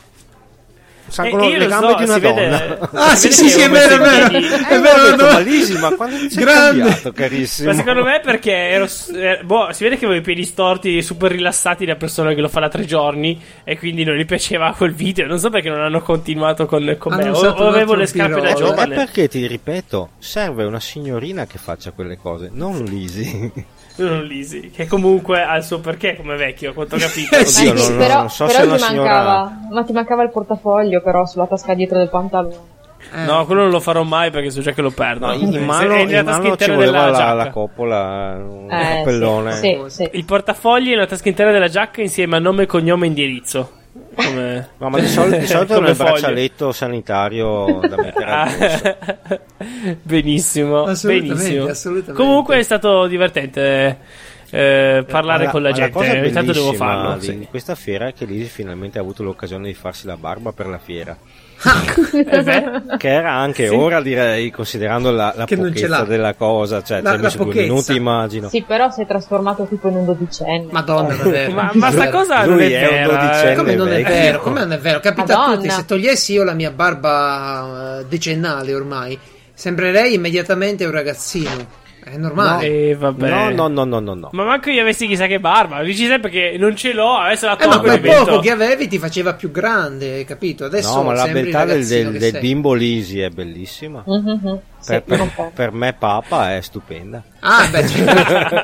salgono Eh, io le lo gambe so, di una si vede- donna. Ah, si sì, vede sì, che è ho vero, è messo i vero. piedi. È Eh, vero, ho detto, no? malissimo, ma quando sei Grande. cambiato, carissimo. Ma secondo me perché ero, eh, boh, si vede che avevo i piedi storti super rilassati da persona che lo fa da tre giorni e quindi non gli piaceva quel video. Non so perché non hanno continuato con, con me. Hanno O, usato o un avevo altro le scarpe da pirolo. È giovane. perché ti ripeto, serve una signorina che faccia quelle cose, non Lisi. Non Lisi, che comunque ha il suo perché come vecchio, a quanto ho capito. Eh, sì, Eh, sì, non- però, non so però se ti una signora- mancava, ma ti mancava il portafoglio però sulla tasca dietro del pantalone. Eh. No, quello non lo farò mai perché so già che lo perdo. No, in, in Eh, mano, è in nella mano tasca ci interna voleva della la, giacca. la coppola, un Eh, cappellone. sì, sì, sì. Il portafoglio e la tasca interna della giacca insieme a nome, cognome e indirizzo. Come... No, ma di solito, di solito come nel foglie. braccialetto sanitario da mettere al polso. Benissimo, Assolutamente, benissimo. assolutamente. Comunque è stato divertente eh, parlare Ma la- con la ma gente. cosa Ogni tanto devo bellissima farlo. di, sì. di questa fiera è che Lisi finalmente ha avuto l'occasione di farsi la barba per la fiera. Eh beh, Che era anche Sì. ora, direi, considerando la, la Che non ce pochezza l'ha. della cosa. Cioè, La- ci hai la messo due pochezza. minuti, immagino. Sì, però si è trasformato tipo in un dodicenne. Madonna, davvero. ma, ma sta cosa non Lui è è un vera. dodicenne. eh. Come non è vecchio. vero? Come non è vero? Capita a Madonna. tutti. Se togliessi io la mia barba eh, decennale ormai, sembrerei immediatamente un ragazzino. È normale. Eh, vabbè. No, no, no, no, no, no. Ma manco io avessi chissà che barba. Dici sempre che non ce l'ho, adesso la Eh, ma tolgo e quel divento... poco che avevi ti faceva più grande, hai capito? Adesso No, ma la sembri il beltà del, ragazzino del, che del sei. bimbo Lisi è bellissima. Mhm, sì, Per, per- confermo. per me Papa è stupenda. Ah, beh, certo.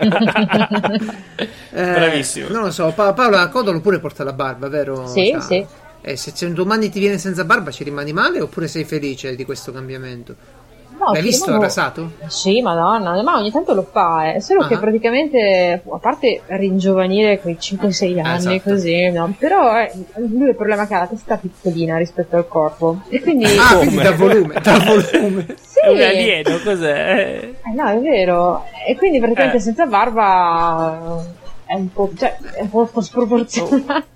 Eh, Bravissimo. Non lo so, Pa- Paola Codolo pure porta la barba, vero? Sì, Sa? sì. E se c'è un domani ti viene senza barba ci rimani male oppure sei felice di questo cambiamento? No, L'hai ci visto rimango- rasato? Sì, madonna, ma ogni tanto lo fa, eh. Solo Ah. che praticamente, a parte ringiovanire quei cinque sei anni, esatto. così, no? Però eh, lui il problema è che ha la testa piccolina rispetto al corpo. E quindi... Ah, quindi dà volume, dà volume. sì, È un alieno, cos'è? Eh, no, è vero. E quindi praticamente Eh. senza barba è un po', cioè, è un po' sproporzionato.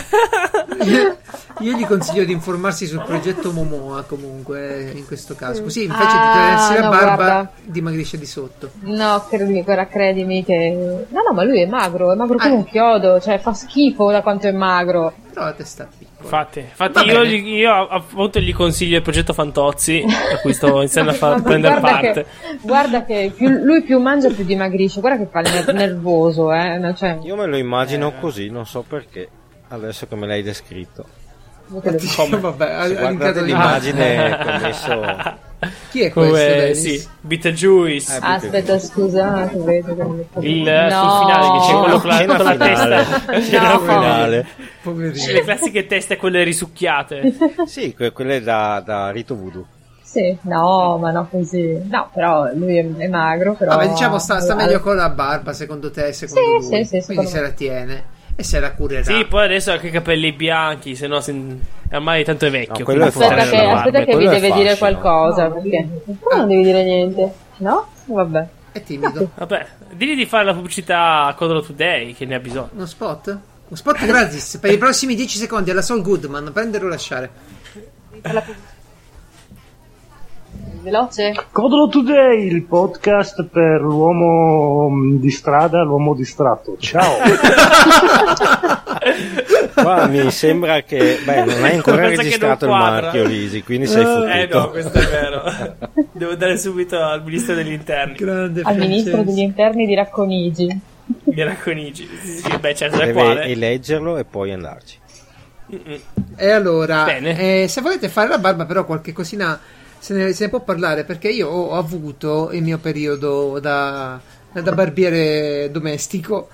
Io gli consiglio di informarsi sul progetto Momoa comunque in questo caso, così invece di Ah, togliersi la no, barba guarda. dimagrisce di sotto. No, credimi, guarda, credimi che... No, no, ma lui è magro, è magro come Ah. un chiodo, cioè fa schifo da quanto è magro. Però la testa è piccola. Infatti, infatti Va io, bene. gli- io appunto gli consiglio il progetto Fantozzi, a cui sto iniziando a far Ma prendere guarda parte. Che, guarda che più, lui più mangia più dimagrisce, guarda che fa il ner- nervoso, eh. no, Cioè, Io me lo immagino così, non so perché. Adesso che me l'hai descritto. io te lo dico. Come? Vabbè, ha, Se ha linkato guardate lì. l'immagine che ho messo Chi è Come, questo? Dennis? sì, Beetlejuice. Eh, Aspetta, scusa, che vedo che mi- Il No. sul finale che c'è quello con la, Scena con la finale. testa. Scena No. finale. Poverino. Le classiche teste, quelle risucchiate. Sì, que- quelle da, da Rito Voodoo. Sì, no, ma no così. No, però lui è, è magro, però... Vabbè, diciamo sta, sta Allora- meglio con la barba, secondo te, secondo Sì, lui. sì, sì, Quindi secondo se me. la tiene e se la curerà. Sì, poi adesso ha anche i capelli bianchi, se no se- ormai tanto è vecchio. No, quello è quindi può Aspetta fascino. che, tenere la aspetta barba. che vi quello è deve dire fascino. qualcosa, perché tu non devi dire niente, no? Vabbè. È timido. Vabbè, digli di fare la pubblicità a Codolo Today, che ne ha bisogno. Uno spot? Uno spot gratis per i prossimi dieci secondi alla Saul Goodman, prendere o lasciare. Veloce? Codolo Today, il podcast per l'uomo mh, di strada, l'uomo distratto. Ciao. Qua mi sembra che beh, non hai ancora Cosa che registrato il non quadra. marchio Lisi, quindi sei fottuto. Eh no, questo è vero. Devo dare subito al ministro degli interni. Grande Al ministro degli interni di Racconigi. Di Racconigi. Sì, sì, beh, certo, è Deve quale. eleggerlo e poi andarci. E allora, Bene. eh, se volete fare la barba, però qualche cosina se ne, se ne può parlare, perché io ho avuto il mio periodo da, da barbiere domestico.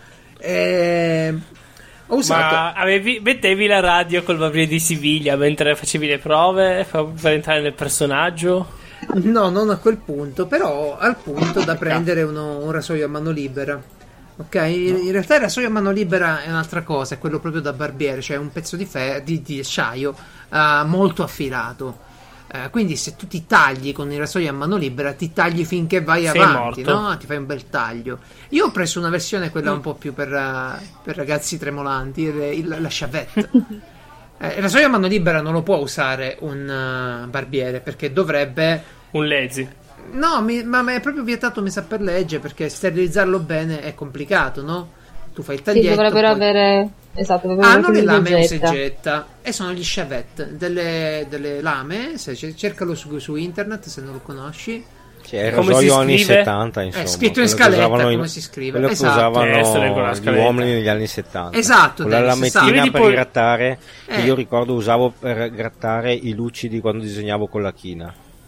E ho usato. Ma avevi, mettevi la radio col barbiere di Siviglia mentre facevi le prove per per entrare nel personaggio? No, non a quel punto, però al punto da prendere uno, un rasoio a mano libera. Ok, in, in realtà il rasoio a mano libera è un'altra cosa, è quello proprio da barbiere, cioè un pezzo di, fe- di, di acciaio eh, molto affilato. Eh, quindi se tu ti tagli con il rasoio a mano libera, ti tagli finché vai Sei avanti, morto. no? Ti fai un bel taglio. Io ho preso una versione, quella un po' più per, eh, per ragazzi tremolanti, il, il- la chavette. Eh, il rasoio a mano libera non lo può usare un eh, barbiere, perché dovrebbe... Un lezi. No, mi- ma ma è proprio vietato, mi sa, per legge, perché sterilizzarlo bene è complicato, no? Tu fai il Sì, taglietto, dovrebbero poi- avere... Esatto, dovrebbero hanno avere le più lame e un leggetta. seggetta e sono gli chavette, delle, delle lame, se, ce- cercalo su, su internet se non lo conosci. Cioè, il Come si rasoio anni scrive? settanta, insomma. È scritto in quello che scaletta, usavano in- come si scrive. Quello che Esatto. Eh, adesso leggo la usavano gli scaletta. uomini negli anni settanta. Esatto, Con la Dennis, lamettina esatto. Vedi per poi- grattare, che Eh. io ricordo usavo per grattare i lucidi quando disegnavo con la china.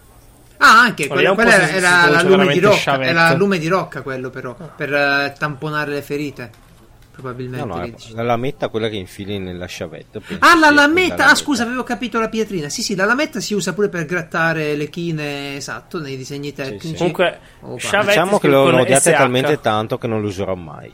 Ah, anche quella, Vediamo un quella po' se si era pronuncia la lume di veramente rocca, chavette. è la lume di rocca quello però, per eh, tamponare le ferite. Probabilmente. No, no, che è dici. la lametta quella che infili nella chavette. penso Ah, la sia lametta! quella Ah, scusa, avevo capito la pietrina. Sì, sì, la lametta si usa pure per grattare le chine, esatto, nei disegni tecnici. sì. Comunque, Oh, Chavette Diciamo che scritto lo, con lo odiate S H. talmente tanto che non lo userò mai.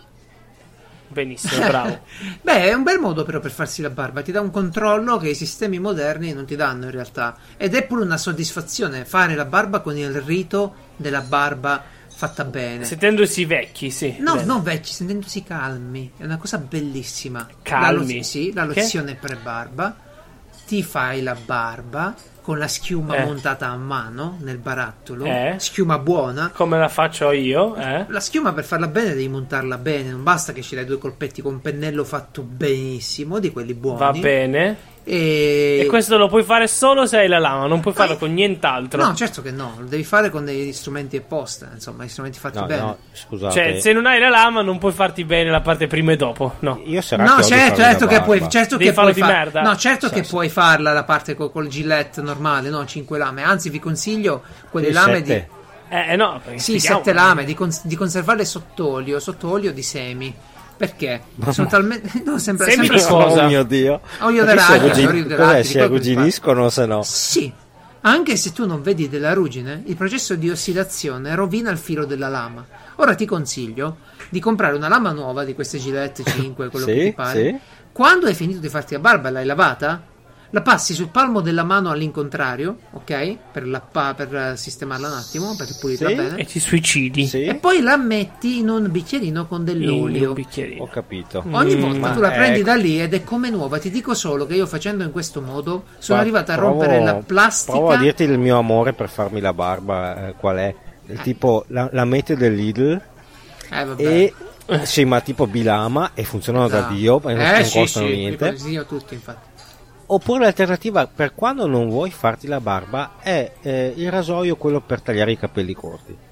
Benissimo, bravo. Beh, è un bel modo però per farsi la barba, ti dà un controllo che i sistemi moderni non ti danno in realtà. Ed è pure una soddisfazione fare la barba con il rito della barba fatta bene. Sentendosi vecchi, sì. No, Bene. non vecchi, sentendosi calmi. È una cosa bellissima. Calmi? La lo- sì, la Che? lozione pre-barba. Ti fai la barba con la schiuma Eh. montata a mano nel barattolo. Eh. Schiuma buona. Come la faccio io, eh? La schiuma per farla bene devi montarla bene. Non basta che ci dai due colpetti con un pennello fatto benissimo, di quelli buoni. Va bene. E... E questo lo puoi fare solo se hai la lama, non puoi farlo con nient'altro. No, certo che no. Lo devi fare con degli strumenti apposta. Insomma, gli strumenti fatti No, bene. no, scusate. Cioè, se non hai la lama, non puoi farti bene la parte prima e dopo. No. Io sarà No, che odio certo, farmi la certo che barba. puoi, certo Devi che farlo puoi di fa- merda. No, certo Sì, che sì. puoi farla la parte col, col Gillette normale, no? cinque lame. Anzi, vi consiglio quelle Sì, lame sette. di Eh, eh, no. perché Sì, spieghiamo. sette lame di, cons- di conservarle sott'olio, sott'olio di semi. Perché? Sono talmente no, sembra Semi sempre di cosa? Oh mio Dio. Olio Ma chi si d'arachidi, arruggi- olio d'arachidi, Cos'è? Si quello che arrugginiscono se no? Sì. Anche se tu non vedi della ruggine, il processo di ossidazione rovina il filo della lama. Ora ti consiglio di comprare una lama nuova di queste Gillette cinque, quello Sì, che ti pare. sì. Quando hai finito di farti la barba e l'hai lavata, la passi sul palmo della mano all'incontrario, ok? Per, la pa- per sistemarla un attimo, per pulirla Sì. bene. E ti suicidi. Sì, E poi la metti in un bicchierino con In dell'olio. un bicchierino. ho capito. Ogni Mm, volta ma tu la prendi ecco. da lì ed è come nuova. Ti dico solo che io facendo in questo modo sono Guarda, arrivata a provo- rompere la plastica. Provo a dirti il mio amore per farmi la barba, eh, qual è? Il tipo la, la mette del Lidl Eh, vabbè. e sì, ma tipo bilama e funzionano da Esatto. Dio, non eh, sì, costano sì, niente. li consiglio tutti, infatti. Oppure l'alternativa per quando non vuoi farti la barba è eh, il rasoio, quello per tagliare i capelli corti.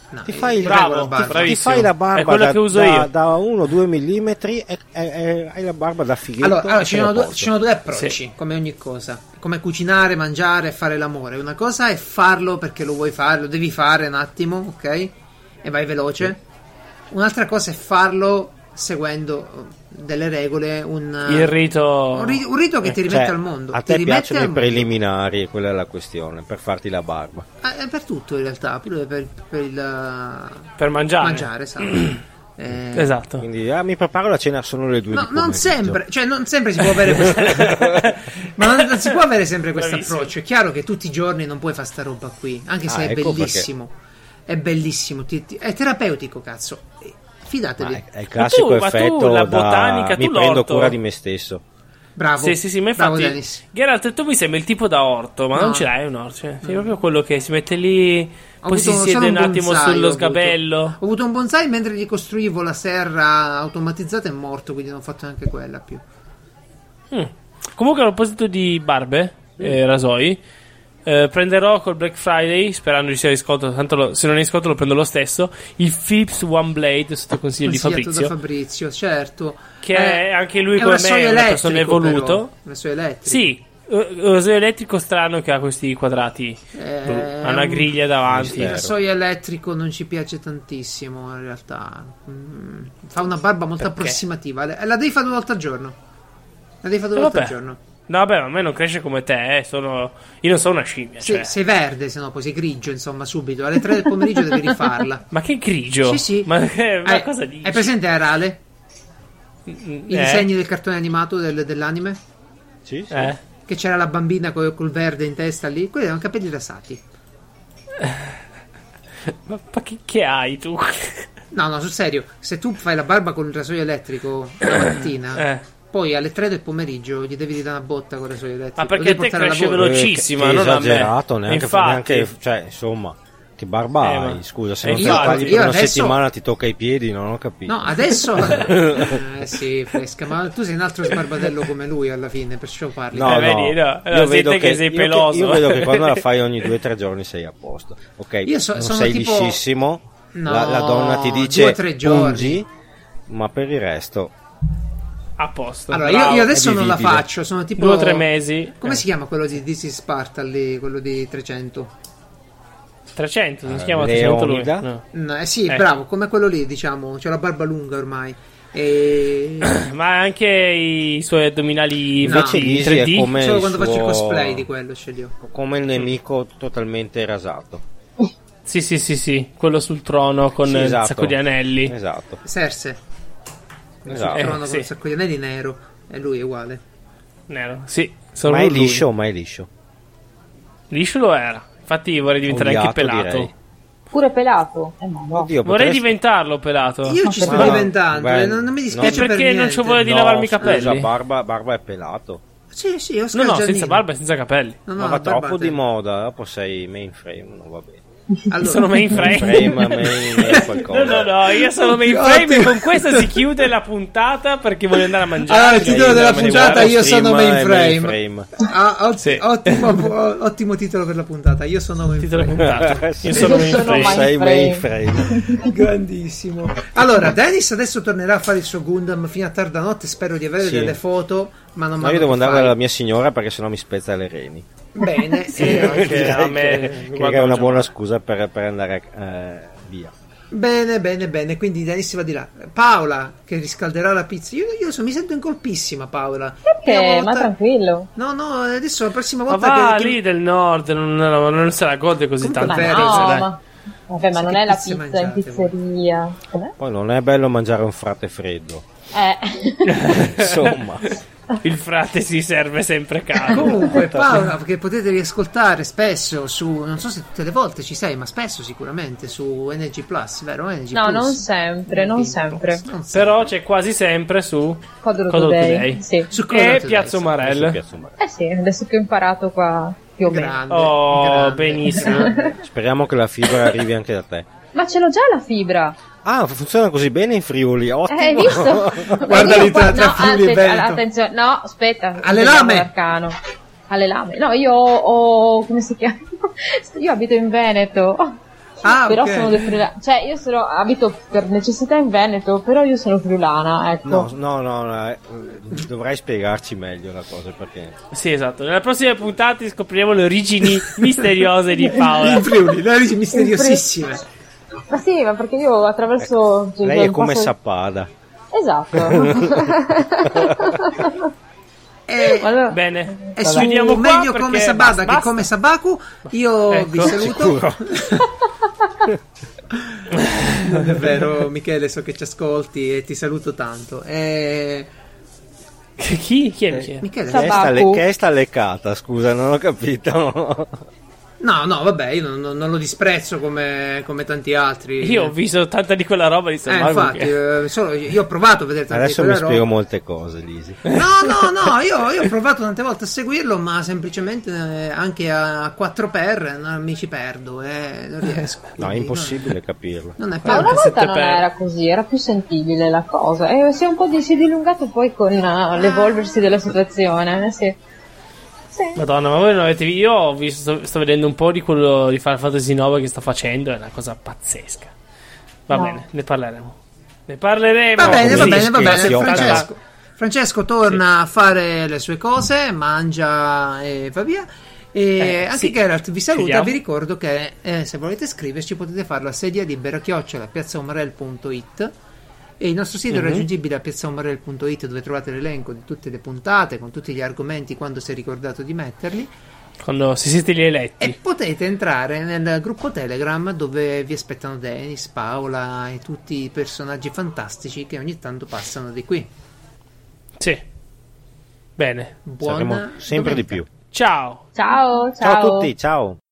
No, ti fai, il, bravo, ti, ti bravissimo. fai la È barba quello da, che uso da, io. da uno due millimetri e, e, e hai la barba da fighetto. Allora, allora e ci, sei sono a due, posto. ci sono due approcci, Sì. come ogni cosa. Come cucinare, mangiare, fare l'amore. Una cosa è farlo perché lo vuoi fare, lo devi fare un attimo, ok? E vai veloce. Un'altra cosa è farlo seguendo delle regole, un, Il rito... un, ri- un rito che ti rimette Cioè, al mondo. a ti te rimette piacciono al i mondo. preliminari, quella è la questione, per farti la barba. Ah, è per tutto in realtà, pure per, per il Per mangiare. mangiare, esatto. Eh, Esatto. Quindi ah, mi preparo la cena, sono le due No, di non pomeriggio. sempre, cioè non sempre si può avere questa ma non, non si può avere sempre questo Bravissimo. approccio. È chiaro che tutti i giorni non puoi fare sta roba qui, anche se Ah, è ecco bellissimo. È bellissimo, ti- ti- è terapeutico, cazzo. Eh, Fidatevi. Ma è, è il classico Ma tu- ma tu effetto la da botanica, mi tu prendo l'orto. cura di me stesso. Bravo. Sì, sì, sì, ma Bravo, infatti, Dennis. Geralt, tu mi sembri il tipo da orto, ma No. non ce l'hai un orto. Cioè, sei proprio quello che si mette lì, Ho poi si avuto siede solo un attimo bonsai, ho sullo avuto. sgabello. Ho avuto un bonsai mentre gli costruivo la serra automatizzata e è morto, quindi non ho fatto neanche quella più. Mm. Comunque, a proposito di barbe e rasoi, eh, prenderò col Black Friday, sperando ci sia risconto. Tanto lo- se non è risconto, lo prendo lo stesso. Il Philips One Blade sotto consiglio di Consigliato Fabrizio, da Fabrizio, certo. che Eh, è anche lui è come un rasoio me, è una elettrico, persona evoluto. però. Un rasoio elettrico. Sì, un rasoio elettrico strano che ha questi quadrati. Eh, Ha una un- griglia davanti. Il rasoio elettrico non ci piace tantissimo in realtà. Mm, fa una barba molto Perché? approssimativa. La la devi fare due volte al giorno. La devi fare due Eh, volte al vabbè. giorno. No, vabbè, ma a me non cresce come te, eh. Sono... io non sono una scimmia. Sì, cioè. sei verde, se no poi sei grigio, insomma, subito. Alle tre del pomeriggio devi rifarla. Ma che grigio? Sì, sì. Ma, che- ma Hai- cosa dici? Hai presente Arale? I Eh? disegni del cartone animato del- dell'anime? Sì, sì. Eh? Che c'era la bambina col, col verde in testa lì? Quelli erano capelli rasati. Ma, ma che, che hai tu? No, no, sul serio. Se tu fai la barba con il rasoio elettrico la mattina, Eh. poi alle tre del pomeriggio gli devi dare una botta con il rasoio elettrico. Ma perché Lo devi a te portare al cresce lavoro. veloce. velocissima, Eh, che, che non a me. esagerato, neanche, Infatti. neanche cioè, insomma, che barba Eh, hai? ma- Scusa, se Eh, non te la infatti, tagli io per una adesso- settimana ti tocca i piedi, non ho capito. No, adesso eh, sì, fresca, ma tu sei un altro sbarbatello come lui alla fine, perciò parli. No, Eh, no, vedi, no, no, io si vedo vede che, che sei io peloso. io vedo che quando la fai ogni due o tre giorni sei a posto. Ok, Io so- non sono sei tipo- liscissimo, No, la, la donna ti dice due o tre giorni. pungi, ma per il resto A posto. Allora, io, bravo. io adesso è non la vivibile. faccio, sono tipo Due o tre mesi. Come Eh. si chiama quello di This is Sparta lì, quello di trecento? trecento, non si Eh, chiama trecento lui. Leonida? No. No, eh sì, Eh. bravo, come quello lì, diciamo, c'è la barba lunga ormai. E Ma anche i suoi addominali No. fatti Invece in tre D. Easy è come- solo il quando faccio il suo- cosplay di quello ce li ho. come il nemico totalmente rasato. Sì, sì, sì, sì, quello sul trono con Sì, il esatto. sacco di anelli. Esatto. Serse. Esatto. Sul trono Eh, con sì. un sacco di anelli nero e lui è uguale. Nero. Sì, solo Ma è lui. liscio o mai liscio? Liscio lo era. Infatti vorrei diventare anche Ogliato, pelato. direi. Pure pelato. Eh, ma no. Oddio, Vorrei potresti- diventarlo pelato. Io ci sto Ma no, diventando, beh, e non, non mi dispiace Eh, perché per non niente. c'ho voglia di No, lavarmi i scusa, capelli. barba, barba è pelato. Sì, sì, ho No, no, senza Giannino. barba e senza capelli. No, no, Ma va barbate. troppo di moda, dopo sei mainframe, non va bene. Allora, Sono mainframe. Mainframe, main, main qualcosa. No, no, no, io sono mainframe e con questo si chiude la puntata perché voglio andare a mangiare. Allora, il titolo della Sei puntata, io stream sono e mainframe. mainframe. Ah, ot- Sì. ottimo, o- ottimo titolo per la puntata. Io sono Titolo mainframe. puntato. Sì. Io sono Io sono mainframe. Sei mainframe. mainframe. Grandissimo. Allora, Dennis adesso tornerà a fare il suo Gundam fino a tarda notte. Spero di avere Sì. delle foto. Ma non No, m'hanno io devo più andare fare. dalla mia signora perché sennò mi spezza le reni. Bene. Sì, eh, anche Direi a me che- mi che guarda è una già. buona scusa per, per andare eh, via. Bene, bene, bene. Quindi Dennis va di là. Paola che riscalderà la pizza. Io, io so- mi sento in colpissima, Paola. Perché? Una Ma volta- tranquillo. No, no, adesso la prossima Ma volta va che, che- lì del nord, non, non, non se la gode così Comunque tanto. è Ma vero, pizza, no, dai. ma... Vabbè, ma Sì, non che è la pizze pizza in mangiate, pizzeria. Com'è? Poi non è bello mangiare un frate freddo. Eh. Insomma, Il frate si serve sempre caldo. Comunque, Paola, che potete riascoltare spesso su, non so se tutte le volte ci sei, ma spesso sicuramente su N G Plus, vero? N G No, Plus. non sempre, non N G sempre. Plus, non sempre. Però c'è quasi sempre su Codolo Codolo Today. Today. Sì. Su Codolo e Today, Piazza sì. adesso Umarell. piazza un bar. Eh sì, adesso che ho imparato qua più o meno. Grande, Oh, grande. benissimo. Speriamo che la fibra arrivi anche da te. Ma ce l'ho già la fibra. Ah, funziona così bene in Friuli, ottimo. Eh, hai visto? Guarda Io lì tra- qua- tra no, Friuli e aspetta, Veneto. attenzione, no, aspetta. Alle vediamo lame. l'arcano. Alle lame. No, io ho, ho- come si chiama? Io abito in Veneto. Ah, però ok. sono del Friulano. Cioè, io sono, abito per necessità in Veneto, però io sono friulana, ecco. No, no, no, no, eh, dovrai spiegarci meglio la cosa perché. Sì, esatto. Nella prossima puntata scopriremo le origini misteriose di Paola. In Friuli, le origini misteriosissime. Ma sì, ma perché io attraverso... cioè, Lei è come passo- Sappada. Esatto. E, Allora- Bene. e su Chiudiamo qua meglio perché come Sabada basta, che basta. come Sabaku, io Ecco, vi saluto. sicuro. Non è vero, Michele, so che ci ascolti e ti saluto tanto. E... Chi? Chi è Michele? Michele, Che è sta, le- Sabaku. che è sta leccata, scusa, non ho capito. no, no, vabbè, io non, non lo disprezzo come, come tanti altri. Io ho visto tanta di quella roba di Eh, Sabaku infatti, che- eh, solo io ho provato a vedere tante Adesso di mi quella spiego roba. molte cose, Lisi. No, no, no, io, io ho provato tante volte a seguirlo, ma semplicemente eh, anche a quattro per non mi ci perdo, eh, non riesco. No, è Quindi impossibile capirlo. Non, non è Ma per una volta sette non per- era così, era più sentibile la cosa. E si è un po' di- si è dilungato poi con uh, l'evolversi della situazione. eh, Sì. Sì. Madonna, ma voi non avete visto? Io ho visto, sto, sto vedendo un po' di quello di Final Fantasy nove che sta facendo, è una cosa pazzesca. Va No. bene, ne parleremo. Ne parleremo. Va bene, va Sì, bene, va sì, bene. sì, Francesco, Francesco torna a fare le sue cose, mangia e va via. E Eh, anche sì. Geralt vi saluta. Chiudiamo. Vi ricordo che eh, se volete scriverci potete farlo a sedia libera chiocciola piazzaumarel punto it. E il nostro sito è Mhm. raggiungibile a piazzaumarel punto it, dove trovate l'elenco di tutte le puntate con tutti gli argomenti quando si è ricordato di metterli. Quando si siete gli eletti. E potete entrare nel gruppo Telegram dove vi aspettano Dennis, Paola e tutti i personaggi fantastici che ogni tanto passano di qui. Sì. Bene. Buona Saremo sempre di domenica. più. Ciao. Ciao, ciao. Ciao a tutti, ciao.